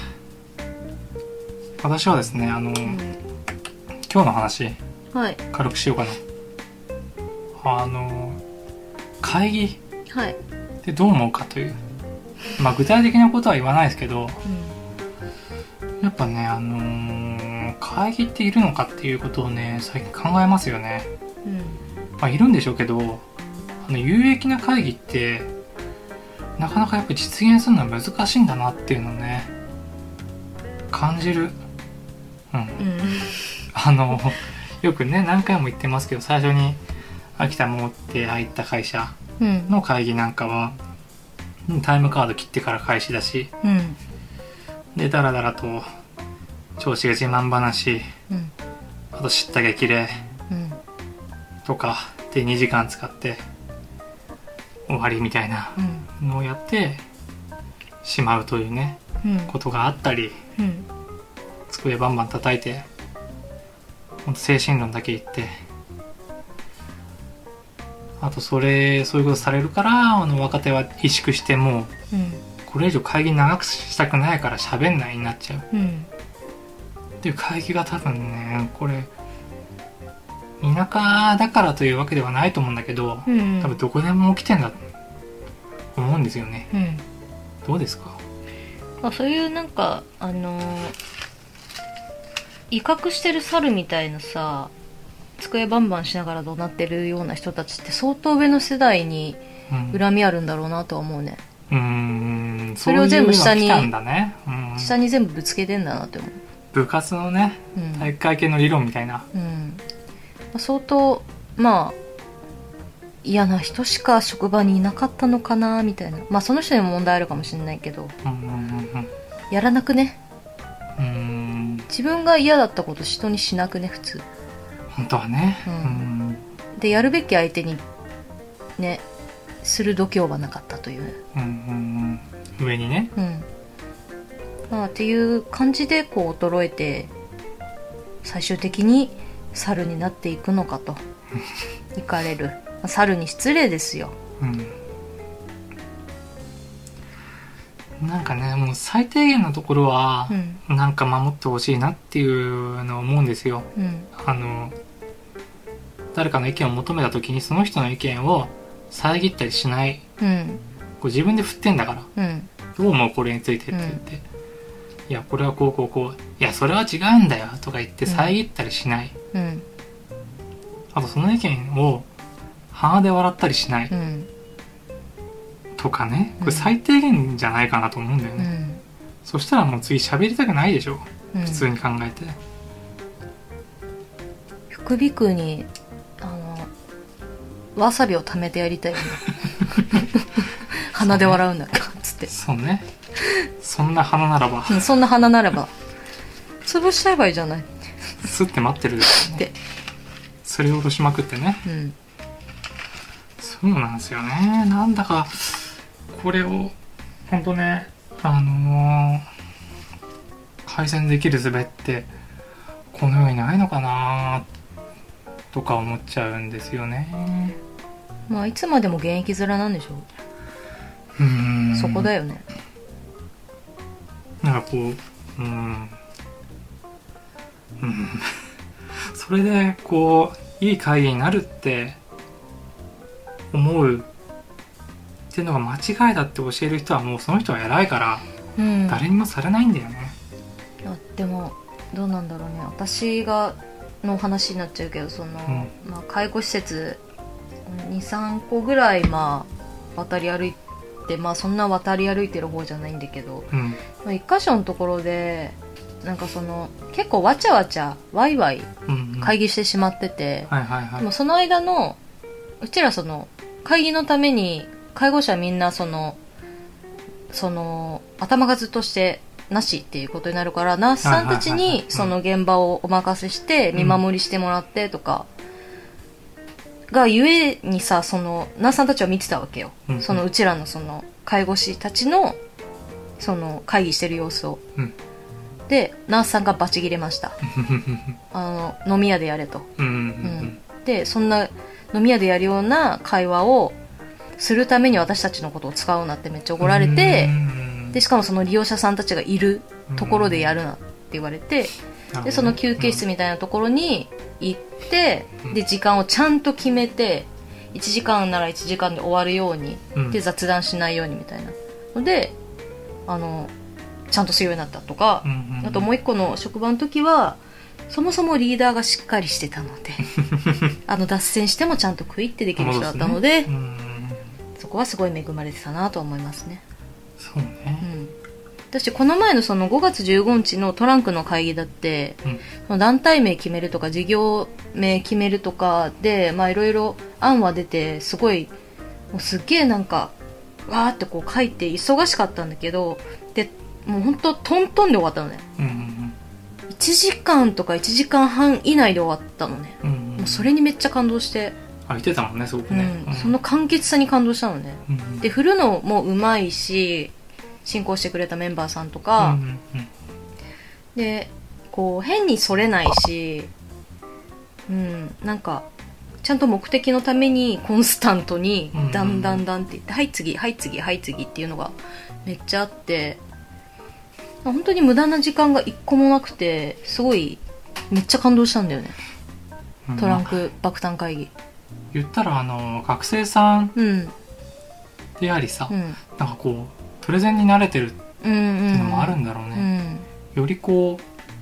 私はですね今日の話、軽くしようかな。会議でどう思うかという、まあ具体的なことは言わないですけど、やっぱね会議っているのかっていうことをね最近考えますよね。まあいるんでしょうけど、有益な会議ってなかなかやっぱ実現するのは難しいんだなっていうのをね感じる。よくね何回も言ってますけど、最初に秋田持って入った会社の会議なんかは、タイムカード切ってから開始だし、でダラダラと上司が自慢話、あと知った激励、とかで2時間使って終わりみたいなのをやってしまうというね、ことがあったり、机バンバン叩いてほんと精神論だけ言って、あとそういうことされるから若手は萎縮してもう、これ以上会議長くしたくないから喋んないになっちゃう、っていう会議が多分ね、これ田舎だからというわけではないと思うんだけど、多分どこでも起きてんだと思うんですよね。どうですか？ そういうなんか威嚇してる猿みたいなさ、机バンバンしながら怒鳴ってるような人たちって相当上の世代に恨みあるんだろうなとは思うね。それを全部下に全部ぶつけてんだなって思う。 部活のね、体育会系の理論みたいな、 相当まあ嫌な人しか職場にいなかったのかなみたいな。まあその人にも問題あるかもしれないけど、やらなくね。自分が嫌だったこと人にしなくね、普通。 本当はね。 でやるべき相手にねする度胸はなかったという。 上にね。 っていう感じでこう衰えて最終的に猿になっていくのかといかれる。猿に失礼ですよ。 なんかね、もう最低限のところはなんか守ってほしいなっていうのを思うんですよ。誰かの意見を求めた時にその人の意見を遮ったりしない、こう自分で振ってんだから、どう思うこれについてって言って、いやこれはこういやそれは違うんだよとか言って遮ったりしない、あとその意見を鼻で笑ったりしない、とかね、これ最低限じゃないかなと思うんだよね。そしたらもう次喋りたくないでしょ、普通に考えて。 副鼻腔にわさびを溜めてやりたいよね。鼻で笑うんだからつって。 そうね。そんな鼻ならば。 そんな鼻ならば潰しちゃえばいいじゃない。 スッて待ってるですよね。それを落としまくってね。そうなんですよね。なんだかこれをほんとね、改善できる術ってこの世にないのかなとか思っちゃうんですよね。 まあいつまでも現役面なんでしょう。そこだよね。 なんかこう、それでこういい会議になるって思うっていうのが間違いだって教える人はもうその人は偉いから、誰にもされないんだよね。 いやでもどうなんだろうね。私がの話になっちゃうけど、その、まあ、介護施設 2,3 個ぐらいまあ渡り歩いて、まあそんな渡り歩いてる方じゃないんだけど、まあ、1箇所のところでなんかその結構わちゃわちゃワイワイ会議してしまってて、でもその間のうちらその会議のために介護者みんなその頭数としてなしっていうことになるから、ナースさんたちにその現場をお任せして見守りしてもらってとかがゆえにさ、そのナースさんたちを見てたわけよ、そのうちらのその介護士たちのその会議してる様子を、でナースさんがバチ切れました飲み屋でやれと、でそんな飲み屋でやるような会話をするために私たちのことを使うなってめっちゃ怒られて、でしかもその利用者さんたちがいるところでやるなって言われて、でその休憩室みたいなところに行って、で時間をちゃんと決めて1時間なら1時間で終わるように、で雑談しないようにみたいなのでちゃんとするようになったとか、あともう一個の職場の時はそもそもリーダーがしっかりしてたので脱線してもちゃんとクイってできる人だったので、そこはすごい恵まれてたなと思いますね。 そうね、 私この前のその5月15日のトランクの会議だって、その団体名決めるとか事業名決めるとかでまあいろいろ案は出て、すごいもうすっげえなんかわーってこう書いて忙しかったんだけど、でもうほんとトントンで終わったのね、1時間とか1時間半以内で終わったのね、もうそれにめっちゃ感動して、 言ってたもんねすごくね、 その簡潔さに感動したのね、で振るのもうまいし進行してくれたメンバーさんとか、でこう変にそれないし、なんかちゃんと目的のためにコンスタントにダンダンダンって言って、はい次はい次はい次っていうのがめっちゃあって、本当に無駄な時間が一個もなくて、すごいめっちゃ感動したんだよね、トランク爆誕会議。 言ったら学生さんでありさ、なんかこうプレゼンに慣れてるっていうのもあるんだろうね、よりこ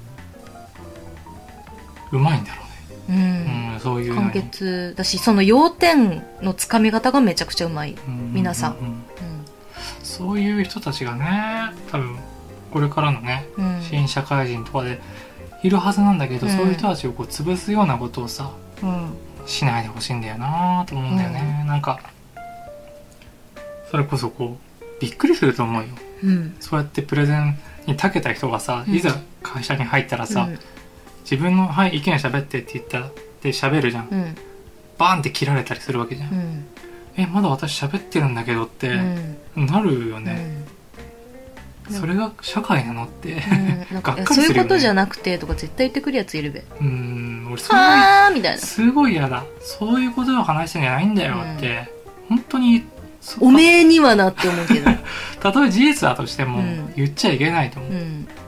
うまいんだろうね、そういう簡潔だし、その要点のつかみ方がめちゃくちゃうまい、皆さん、 そういう人たちがね多分これからのね、新社会人とかでいるはずなんだけど、そういう人たちをこう潰すようなことをさ、しないでほしいんだよなと思うんだよね、なんかそれこそこうびっくりすると思うよ、そうやってプレゼンに長けた人がさ、いざ会社に入ったらさ、自分の、はい、意見喋ってって言ったらで喋るじゃん、バーンって切られたりするわけじゃん、まだ私喋ってるんだけどって、なるよね、それが社会なのって、 なんかがっかりするよね。そういうことじゃなくてとか絶対言ってくるやついるべ。 俺みたいな。 すごい嫌だ。そういうことを話してんじゃないんだよって、本当におめえにはなって思うけど。 たとえ事実だとしても、言っちゃいけないと思う。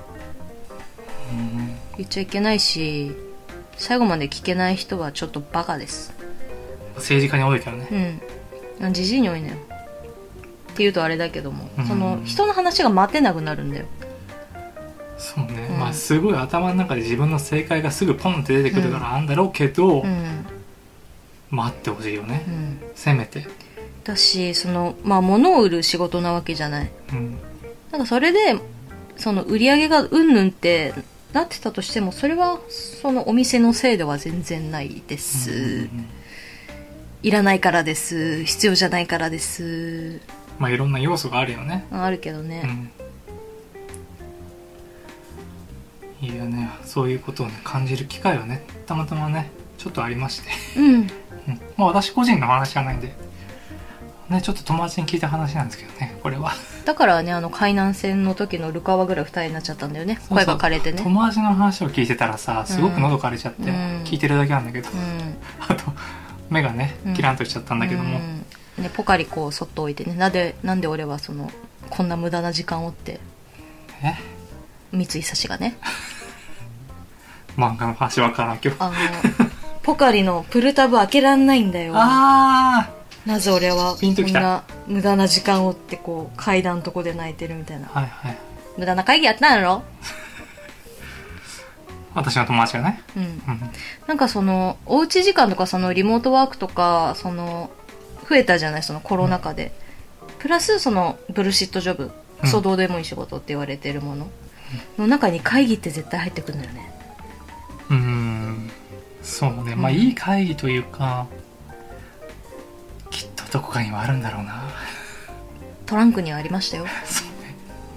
言っちゃいけないし、最後まで聞けない人はちょっとバカです。 政治家に多いからね。 じじいに多いのよ。って言うとあれだけども、その人の話が待てなくなるんだよ。 そうね、まあすごい頭の中で自分の正解がすぐポンって出てくるからなんだろうけど、待ってほしいよね、せめて。 だし、そのまあ物を売る仕事なわけじゃない、なんかそれでその売り上げがうんぬんってなってたとしても、それはそのお店のせいでは全然ないです、いらないからです、必要じゃないからです。 まあいろんな要素があるよね。 あるけどね、 いいよね、そういうことを、ね、感じる機会はねたまたまねちょっとありましてまあ私個人の話じゃないんでね、ちょっと友達に聞いた話なんですけどね、これは。 だからね、海南戦の時のルカワぐらい二重になっちゃったんだよね。声が枯れてね。 友達の話を聞いてたらさ、すごく喉枯れちゃって、聞いてるだけなんだけど、あと目がねキランとしちゃったんだけども、 ね、ポカリこうそっと置いてね、なんで俺はこんな無駄な時間をって三井久がね漫画の話わからん今日。 ポカリのプルタブ開けらんないんだよ。なぜ俺はこんな無駄な時間をってこう階段のとこで泣いてるみたいな。はいはい。無駄な会議やったんやろ私の友達がね。 なんかおうち時間とかリモートワークとか増えたじゃない、コロナ禍で。プラスブルシットジョブ、クソどうでもいい仕事って言われてるものの中に会議って絶対入ってくるんだよね。 そうね、まあいい会議というか、きっとどこかにはあるんだろうな。 トランクにはありましたよ。 そうね。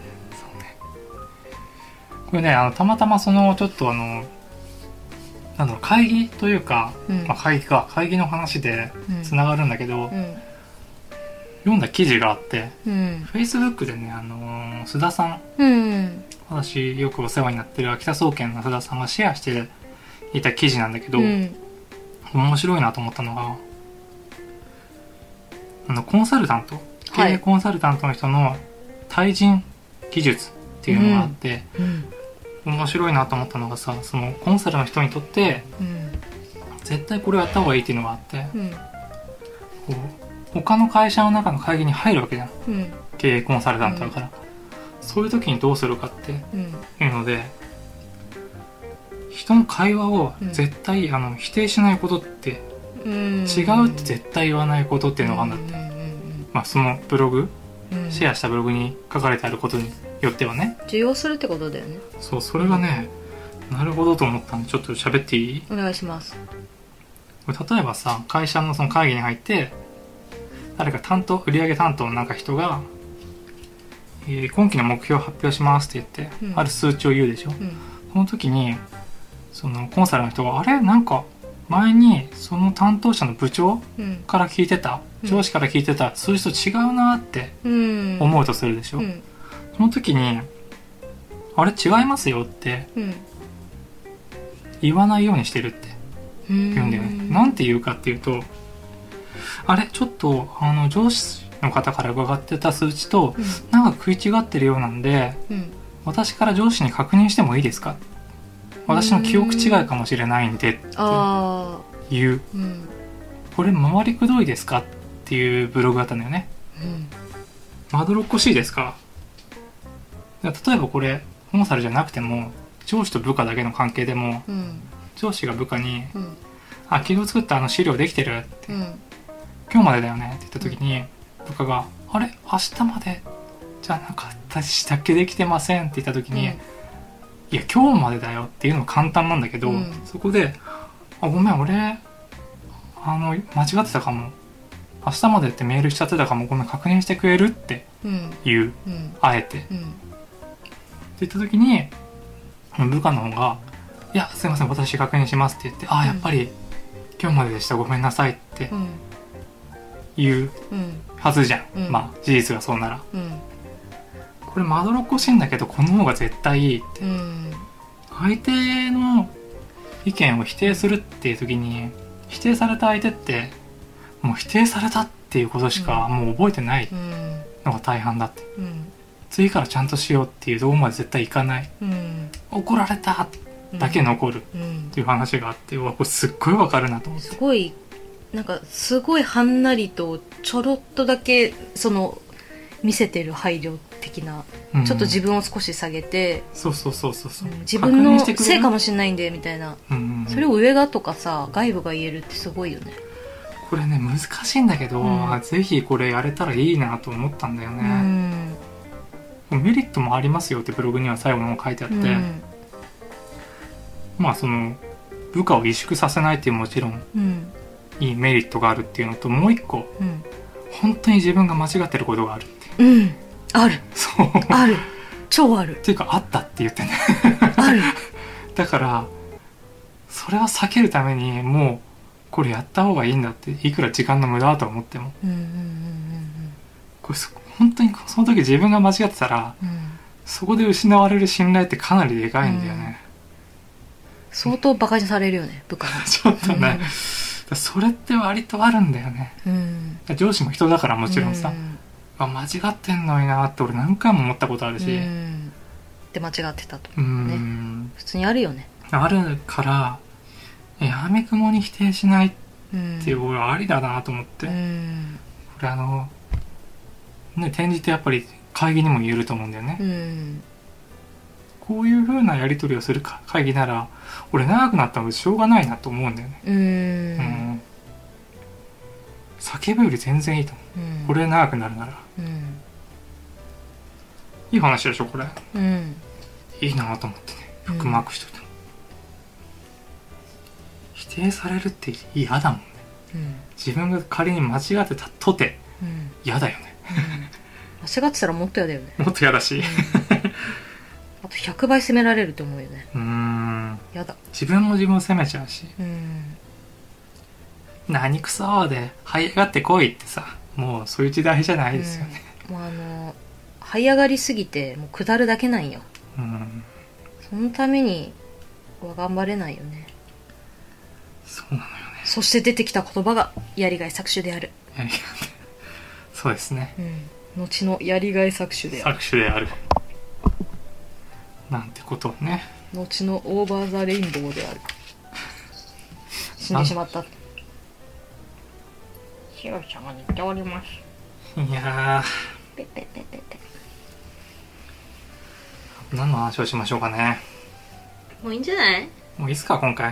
これね、たまたまちょっとなんだろう、会議というか、会議の話でつながるんだけど、読んだ記事があって、Facebook でね、須田さん、私よくお世話になってる秋田総研の須田さんがシェアしていた記事なんだけど、面白いなと思ったのが、コンサルタント、経営コンサルタントの人の対人技術っていうのがあって、面白いなと思ったのがさ、コンサルの人にとって、絶対これをやった方がいいっていうのがあって、こう他の会社の中の会議に入るわけじゃん、経営コンサルタントだから、そういう時にどうするかっていうので、人の会話を絶対、否定しないことって、違うって絶対言わないことっていうのがあるんだって、そのブログ、シェアしたブログに書かれてあることによってはね、 受容するってことだよね。 そう、それがね、なるほどと思ったんで、ちょっと喋っていい？ お願いします。 例えばさ、会社のその会議に入って、誰か売上担当のなんか人が、今期の目標を発表しますって言って、ある数値を言うでしょ。その時にそのコンサルの人が、あれなんか前にその担当者の部長から聞いてた、上司から聞いてた数字と違うなって思うとするでしょ。その時に、あれ違いますよって言わないようにしてるって言うんだよね。なんて言うかっていうと、あれちょっと上司の方から伺ってた数値となんか食い違ってるようなんで、私から上司に確認してもいいですか、私の記憶違いかもしれないんでって言う、これ回りくどいですかっていうブログだったんだよね。まどろっこしいですか。例えばこれコンサルじゃなくても、上司と部下だけの関係でも、上司が部下に、昨日作った資料できてるって、今日までだよねって言った時に、部下が、あれ明日までじゃなかったしたっけ、できてませんって言った時に、いや今日までだよっていうのも簡単なんだけど、そこで、ごめん俺間違ってたかも、明日までってメールしちゃってたかも、ごめん確認してくれるって言う、あえて、って言った時に部下の方が、いやすいません私確認しますって言って、やっぱり今日まででした、ごめんなさいって言うはずじゃん、まあ事実がそうなら、これまどろっこしいんだけどこの方が絶対いいって、相手の意見を否定するっていう時に、否定された相手ってもう否定されたっていうことしかもう覚えてないのが大半だって、次からちゃんとしようっていうところまで絶対いかない、怒られただけ残るっていう話があって、これすっごいわかるなと思って、 すごいなんかすごいはんなりとちょろっとだけ見せてる配慮的な、ちょっと自分を少し下げて、自分のせいかもしれないんでみたいな、それを上がとかさ、外部が言えるってすごいよね。 これね難しいんだけど、ぜひこれやれたらいいなと思ったんだよね。メリットもありますよってブログには最後の方書いてあって、まあその部下を萎縮させないっていうもちろんいいメリットがあるっていうのと、もう一個、本当に自分が間違ってることがあるって、 ある、そうある、超あるっていうかあったって言ってねあるだからそれを避けるためにもうこれやった方がいいんだって、いくら時間の無駄だと思っても、 これ本当にその時自分が間違ってたら、そこで失われる信頼ってかなりでかいんだよね。 相当バカにされるよね、部下に。 ちょっとね、それって割とあるんだよね。上司も人だからもちろんさ、間違ってんのになって俺何回も思ったことあるし、 で間違ってたと、ね、普通にあるよね。 あるからやみくもに否定しないっていう俺はありだなと思って、これね、転じてやっぱり会議にも言えると思うんだよね。こういう風なやり取りをする会議なら俺長くなったのでしょうがないなと思うんだよね。叫ぶより全然いいと思う。これ長くなるなら、いい話でしょこれ。いいなと思ってね、ブックマークしといた。否定されるって嫌だもんね。自分が仮に間違ってたとて嫌だよね。 間違ってたらもっと嫌だよね。 もっと嫌だし、 あと100倍責められると思うよね。嫌だ。 自分も自分を責めちゃうし、何くそーで這い上がってこいってさ、もうそういう時代じゃないですよね。 もう這い上がりすぎてもう下るだけなんよ。そのためには頑張れないよね。 そうなのよね。 そして出てきた言葉がやりがい搾取である。 そうですね、 後のやりがい搾取である。 搾取であるなんてことをね。 後のオーバーザレインボーである。死んでしまった。シロちゃんが寝ております。 いやー、 ペペペペペ。 何の話をしましょうかね。 もういいんじゃない？ もういいっすか今回。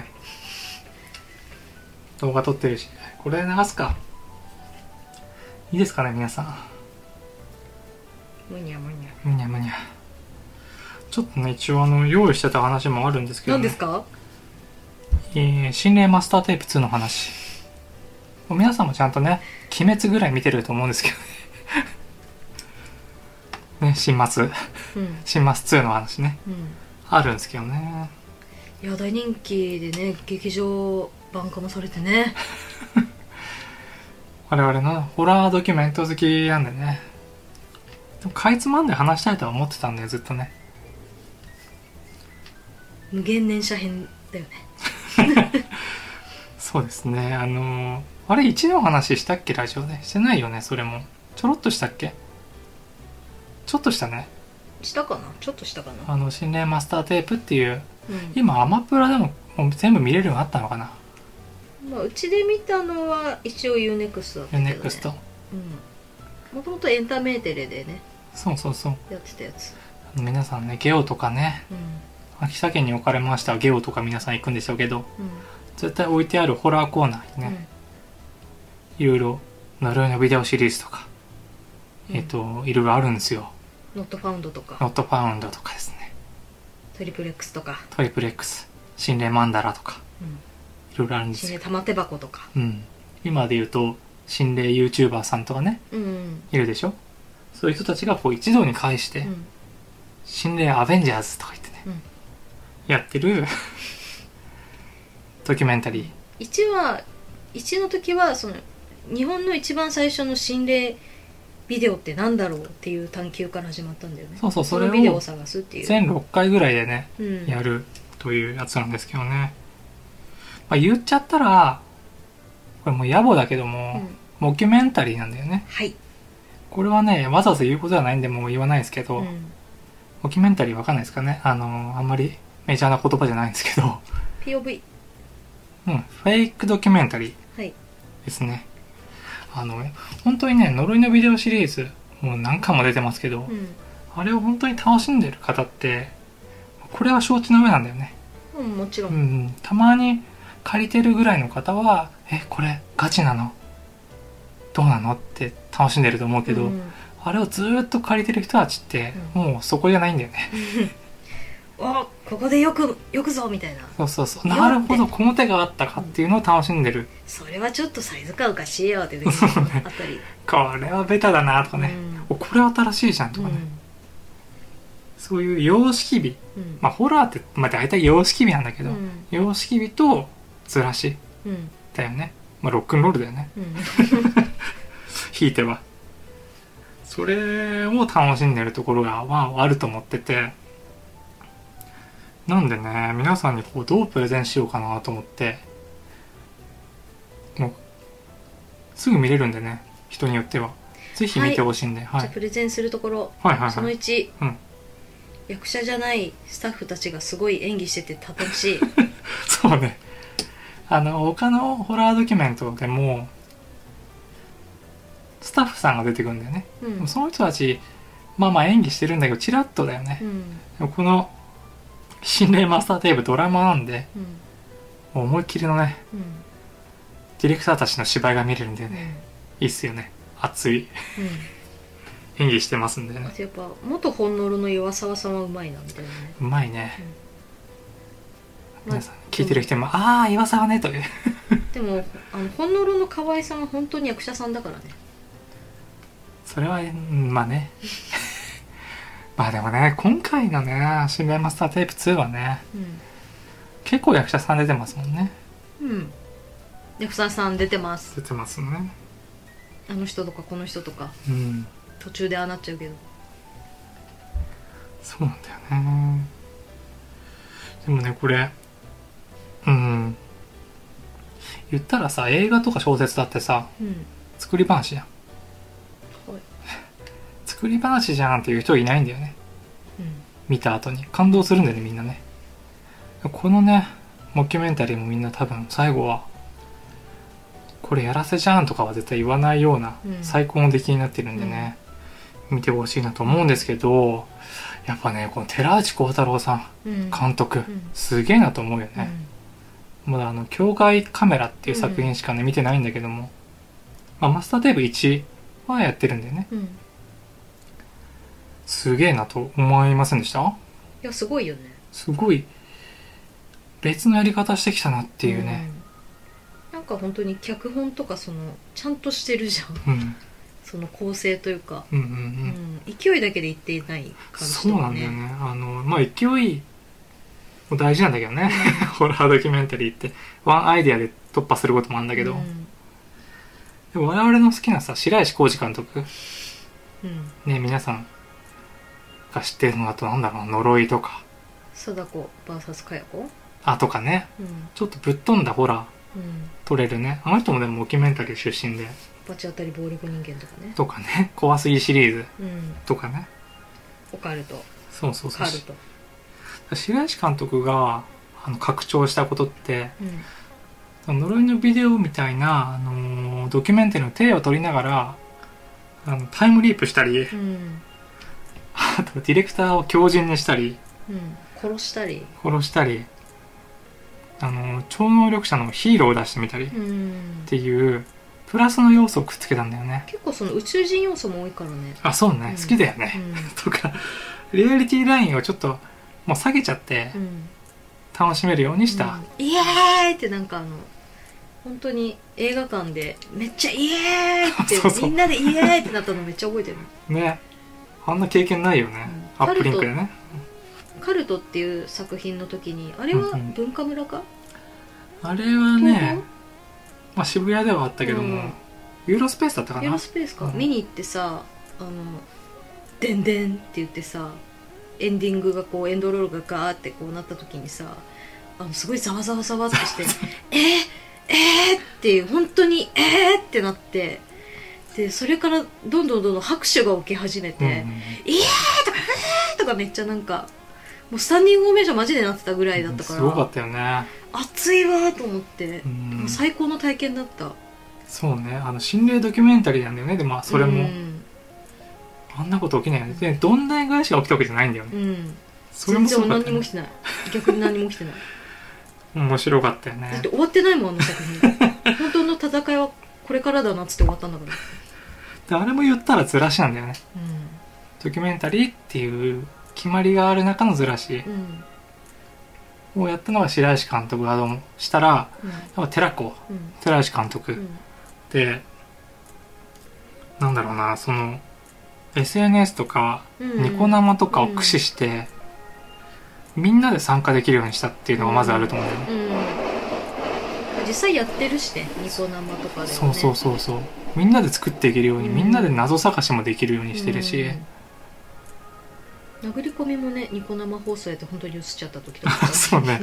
動画撮ってるし、これ流すか。いいですかね皆さん。 むにゃむにゃむにゃむにゃ。ちょっとね一応用意してた話もあるんですけど、ね、 何ですか？ 心霊マスターテープ2の話。皆さんもちゃんとね鬼滅ぐらい見てると思うんですけどね。ね、新末、新末2の話ね、あるんですけどね。 いや大人気でね、劇場版化もされてね我々のホラードキュメント好きなんでね。でもかいつまんで話したいとは思ってたんだよずっとね。 無限念写編だよねそうですね。あれ1の話したっけラジオで。してないよねそれも。ちょろっとしたっけ。ちょっとしたね。 したかな、ちょっとしたかな。 心霊マスターテープっていう、今アマプラでももう全部見れるようになったのかな。 まあうちで見たのは一応 UNEXT だったけどね。 UNEXT。 もともとエンタメーテレでね。 そうそうそう。 やってたやつ。 皆さんねゲオとかね、秋田県に置かれましたゲオとか皆さん行くんでしょうけど、絶対置いてあるホラーコーナーにね、いろいろ呪いのビデオシリーズとか、いろいろあるんですよ。 ノットファウンドとか。 ノットファウンドとかですね。 トリプレックスとか。 トリプレックス、心霊マンダラとか、いろいろあるんですよ。 心霊玉手箱とか。 今で言うと心霊 YouTuber さんとかね、いるでしょ。そういう人たちがこう一堂に会して、心霊アベンジャーズとか言ってね、やってるドキュメンタリー。 1の時はその日本の一番最初の心霊ビデオってなんだろうっていう探求から始まったんだよね。 そうそれをビデオを探すっていう全6回ぐらいでね、やるというやつなんですけどね。言っちゃったらこれもう野暮だけども、モキュメンタリーなんだよね。 はい。 これはねわざわざ言うことではないんでもう言わないですけど、モキュメンタリーわかんないですかね。あんまりメジャーな言葉じゃないんですけど POV。 フェイクドキュメンタリーですね。本当にね呪いのビデオシリーズもう何回も出てますけど、あれを本当に楽しんでる方ってこれは承知の上なんだよね。 もちろん。 たまに借りてるぐらいの方はこれガチなのどうなのって楽しんでると思うけど、あれをずっと借りてる人たちって、もうそこじゃないんだよねここでよくぞみたいな。 そうなるほどこの手があったかっていうのを楽しんでる。 それはちょっとサイズ感おかしいよって時にあったり、 これはベタだなとかね、これは新しいじゃんとかね、そういう様式美、ホラーって、大体様式美なんだけど、様式美とずらしだよね。ロックンロールだよね、ひいてはそれを楽しんでるところが、あると思ってて、なんでね、皆さんにこうどうプレゼンしようかなと思って、もうすぐ見れるんでね、人によってはぜひ見てほしいんで、 じゃあプレゼンするところ、その1、役者じゃないスタッフたちがすごい演技してて楽しい。 そうね、他のホラードキュメントでもスタッフさんが出てくるんだよね、その人たち演技してるんだけどチラッとだよね、でもこの心霊マスターテープドラマなんで、もう思いっきりのね、ディレクターたちの芝居が見れるんでね、いいっすよね。熱い、演技してますんでね。 やっぱ元本ノロの岩沢さんはうまいなみたいなね。 うまいね、皆さん聞いてる人もああ岩沢ねというでも本ノロの河合さんは本当に役者さんだからね。 それはまあねでもね、今回のね心霊マスターテープ2はね、結構役者さん出てますもんね。 役者さん出てます。 出てますね。 あの人とかこの人とか、途中でああなっちゃうけど。 そうなんだよね。でもねこれ言ったらさ、映画とか小説だってさ、作り話じゃん、作り話じゃんっていう人いないんだよね、見た後に感動するんだよねみんなね。このねモキュメンタリーもみんな多分最後はこれやらせじゃんとかは絶対言わないような最高の出来になってるんでね、見てほしいなと思うんですけど、やっぱねこの寺内幸太郎さん、監督、すげえなと思うよね。まだ境界カメラっていう作品しかね、見てないんだけども、マスターテープ1はやってるんだよね、すげえなと思いませんでした？ いやすごいよね。 すごい別のやり方してきたなっていうね、 なんか本当に脚本とかちゃんとしてるじゃん、その構成というか、勢いだけで言っていない感じとかね。 そうなんだよね。勢いも大事なんだけどね、ホラードキュメンタリーってワンアイデアで突破することもあるんだけど、でも我々の好きなさ白石浩二監督、ね、皆さんが知ってるのだとなんだろう、呪いとか貞子 VS かや子とかね、ちょっとぶっ飛んだホラー撮れるね。あの人もでもモキュメンタリー出身で、 罰当たり暴力人間とかね、怖すぎシリーズとかね、 オカルト、 カルト。白石監督が拡張したことって、呪いのビデオみたいな、ドキュメンタリーの手を取りながらタイムリープしたり、あとディレクターを強靭にしたり、 殺したり超能力者のヒーローを出してみたりっていうプラスの要素をくっつけたんだよね。 結構宇宙人要素も多いからね。 そうね、好きだよね、とかリアリティラインをちょっともう下げちゃって楽しめるようにした、 イエーイってなんか本当に映画館でめっちゃイエーイってみんなでイエーイってなったのめっちゃ覚えてるね。あんな経験ないよね、アップリンクでね。 カルトっていう作品の時に、あれは文化村か、 あれはね、渋谷ではあったけども、ユーロスペースだったかな。 ユーロスペースか、見に行ってさ、でんでんって言ってさ、エンディングがこうエンドロールがガーってこうなった時にさ、すごいざわざわざわってしてっていう、本当にってなって、でそれからどんどん拍手が起き始めて、イエーとかとかめっちゃなんかもうスタンディングオベーションマジでなってたぐらいだったから、 すごかったよね。 熱いわと思って、もう最高の体験だった。 そうね、心霊ドキュメンタリーなんだよね。でもそれも、あんなこと起きないよね。でどんな返しが起きたわけじゃないんだよね、それも全然何も起きてない。逆に何も起きてない面白かったよね。 だって終わってないもん、あの作品本当の戦いはこれからだなっつって終わったんだから。 であれも言ったらずらしなんだよね、ドキュメンタリーっていう決まりがある中のずらしをやったのが白石監督だとしたら、寺石監督、でなんだろうな、SNS とかニコ生とかを駆使して、みんなで参加できるようにしたっていうのがまずあると思うんだよね、 実際やってるしね、ニコ生とかでもね。 そうみんなで作っていけるように、みんなで謎探しもできるようにしてるし、 殴り込みもね、ニコ生放送やって本当に映っちゃった時とかそうね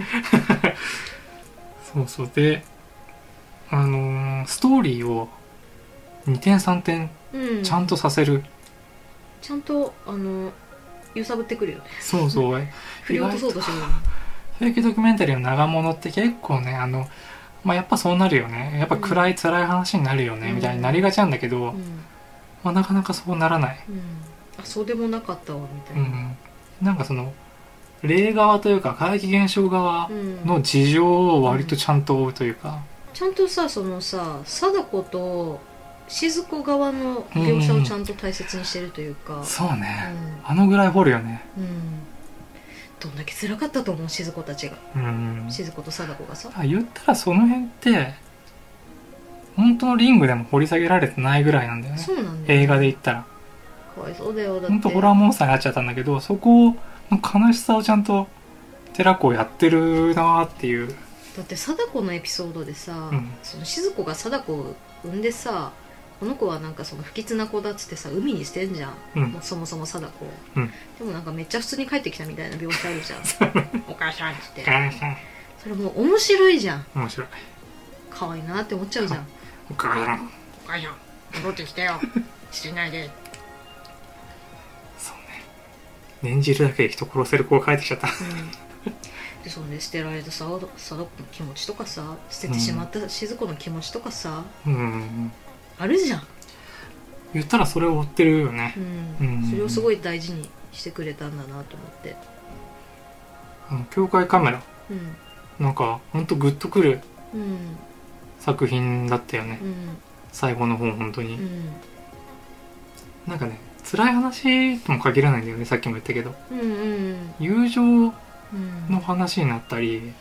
そうでストーリーを2点3点ちゃんとさせる、 ちゃんと揺さぶってくるよね。 そう振り落とそうとしてるよね。 フェイクドキュメンタリーの長物って結構ねやっぱそうなるよね、やっぱ暗い辛い話になるよね、みたいになりがちなんだけど、なかなかそうならない、 あ、そうでもなかったわみたいな、 なんかその霊側というか怪奇現象側の事情を割とちゃんと追うというか、 ちゃんとさ、そのさ、貞子と静子側の描写をちゃんと大切にしてるというか、 そうね、あのぐらい掘るよね、 どんだけ辛かったと思う、静子たちが、静子と貞子がさ、 言ったらその辺って本当のリングでも掘り下げられてないぐらいなんだよね。 そうなんだよね、 映画で言ったらかわいそうだよ。だって本当ホラーモンスターになっちゃったんだけど、そこの悲しさをちゃんと寺子やってるなっていう。 だって貞子のエピソードでさ、その静子が貞子を産んでさ、この子はなんかその不吉な子だっつってさ海に捨てんじゃん、もうそもそも貞子、でもなんかめっちゃ普通に帰ってきたみたいな描写あるじゃんお母さんっつって、それもう面白いじゃん。 面白い、 可愛いなって思っちゃうじゃん。 お母さん戻ってきてよ捨てないで。 そうね、念じるだけで人殺せる子が帰ってきちゃった、 でそんで捨てられた貞子の気持ちとかさ、捨ててしまった静子の気持ちとかさ、あるじゃん。 言ったらそれを追ってるよね、 それをすごい大事にしてくれたんだなと思って。 教会カメラ、なんかほんとグッとくる作品だったよね、最後の方本当に、なんかね辛い話とも限らないんだよね、さっきも言ったけど、友情の話になったり、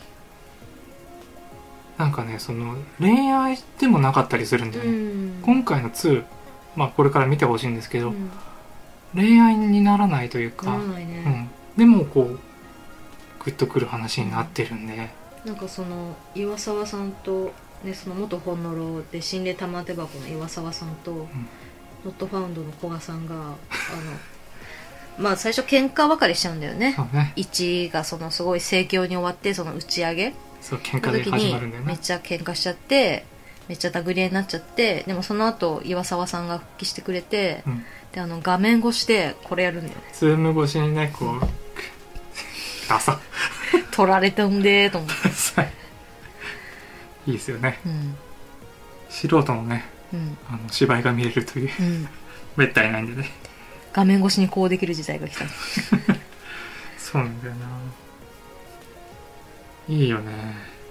なんかねその恋愛でもなかったりするんだよね、今回の2、これから見てほしいんですけど、恋愛にならないというか、でもこうグッとくる話になってるんで、 なんかその岩沢さんと、ね、その元本のろで心霊玉手箱の岩沢さんと、ノットファウンドの古賀さんが最初喧嘩別れしちゃうんだよね。1がそのすごい盛況に終わって、その打ち上げ喧嘩で始まるんだよね。 めっちゃ喧嘩しちゃって、めっちゃ殴り合いになっちゃって、でもその後岩沢さんが復帰してくれて、で画面越しでこれやるんだよね。 ズーム越しにね、こうダサ取られたんでーと思っていいですよね、素人のね、芝居が見れるという、めったにないんでね、 画面越しにこうできる時代が来たそうなんだよな、いいよね。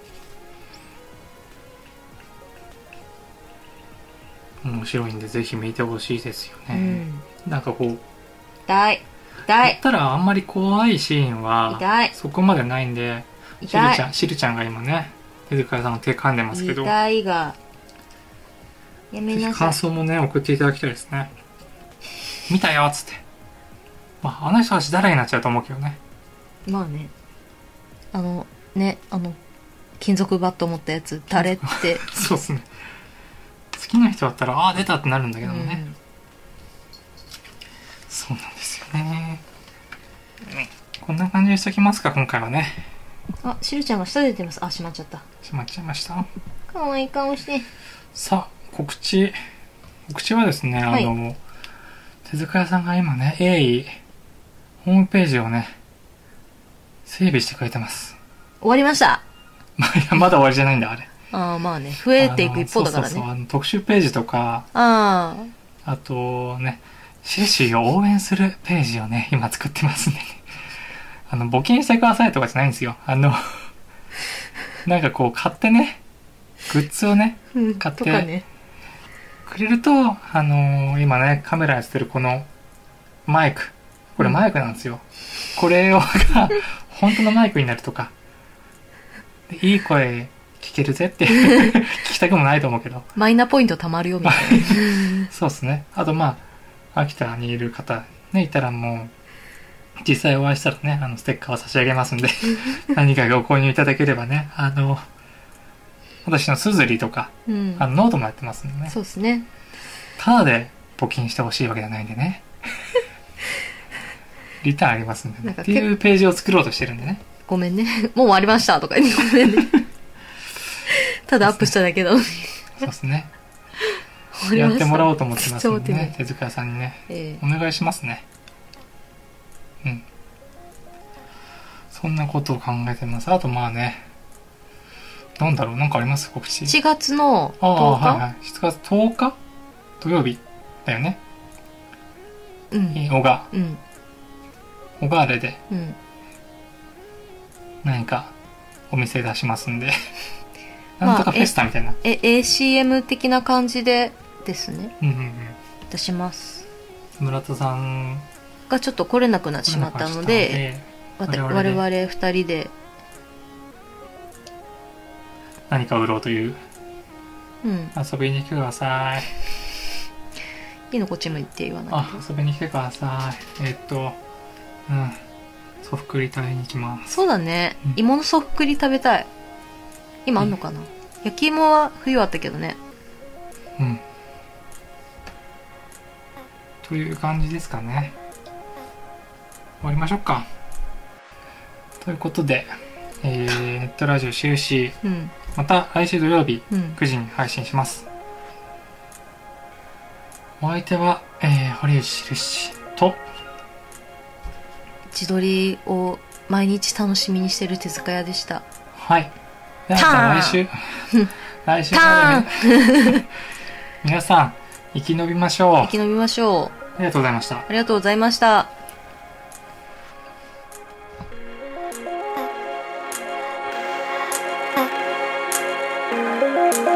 面白いんでぜひ見てほしいですよね、なんかこう言ったらあんまり怖いシーンはそこまでないんで、しるちゃんが今ね手塚さんの手噛んでますけど、 痛いがやめなさい。 感想もね送っていただきたいですね。見たよっつって、あの人たち誰になっちゃうと思うけどね。 金属バット持ったやつ誰ってそうっすね、好きな人だったら出たってなるんだけどね、そうなんですよね。こんな感じにしときますか、今回はね。 しるちゃんが舌出てます。しまっちゃった。 しまっちゃいました。 かわいい顔して。 さあ、告知はですね、手塚屋さんが今ね、鋭意ホームページをね整備してくれてます。 終わりました。 まだ終わりじゃないんだ、あれ。 増えていく一方だからね。 そう特集ページとか、 あとね、シェシーを応援するページをね今作ってますんでね、募金してくださいとかじゃないんですよ。なんかこう買ってね、グッズをね買ってくれると、今ねカメラやってるこのマイク、これマイクなんですよ、これが本当のマイクになるとか、いい声聞けるぜって聞きたくもないと思うけど、 マイナポイント貯まるよみたいなそうですね。あと秋田にいる方ねいたら、もう実際お会いしたらねステッカーを差し上げますんで何かご購入いただければね私のすずりとか、ノートもやってますんでね。 そうですね。 ただで募金してほしいわけじゃないんでね。リターンありますんでね。っていうページを作ろうとしてるんでね。 ごめんね。もう終わりましたとか言ってごめんね。ただアップしただけだ。 そうですね。やってもらおうと思ってますんでね。手塚屋さんにね、お願いしますね。うん。そんなことを考えてます。あとまあね、なんだろう、なんかあります告知。 7月の10日、 はいはい。7月10日土曜日だよね。 うん。 小川。 うん。 小川で、 うん。何かお店出しますんで。なんとかフェスタみたいな。 ACM 的な感じでですね。 うんうんうん。 出します。 村田さんがちょっと来れなくなってしまったので、我々2人で何か売ろうという、 うん、 遊びに来てください。 いいのこっち向いて言わないと。遊びに来てください。ソフクリ食べに行きます。 そうだね、芋のソフクリ食べたい。今あんのかな、焼き芋は冬あったけどね。 うん。という感じですかね。終わりましょうか。ということで、ネットラジオ終始、また来週土曜日9時に配信します。お相手は、堀内印と自撮りを毎日楽しみにしてる手塚屋でした。 はい。では来週来週まで皆さん生き延びましょう。 生き延びましょう。 ありがとうございました。 ありがとうございました。 Thank you.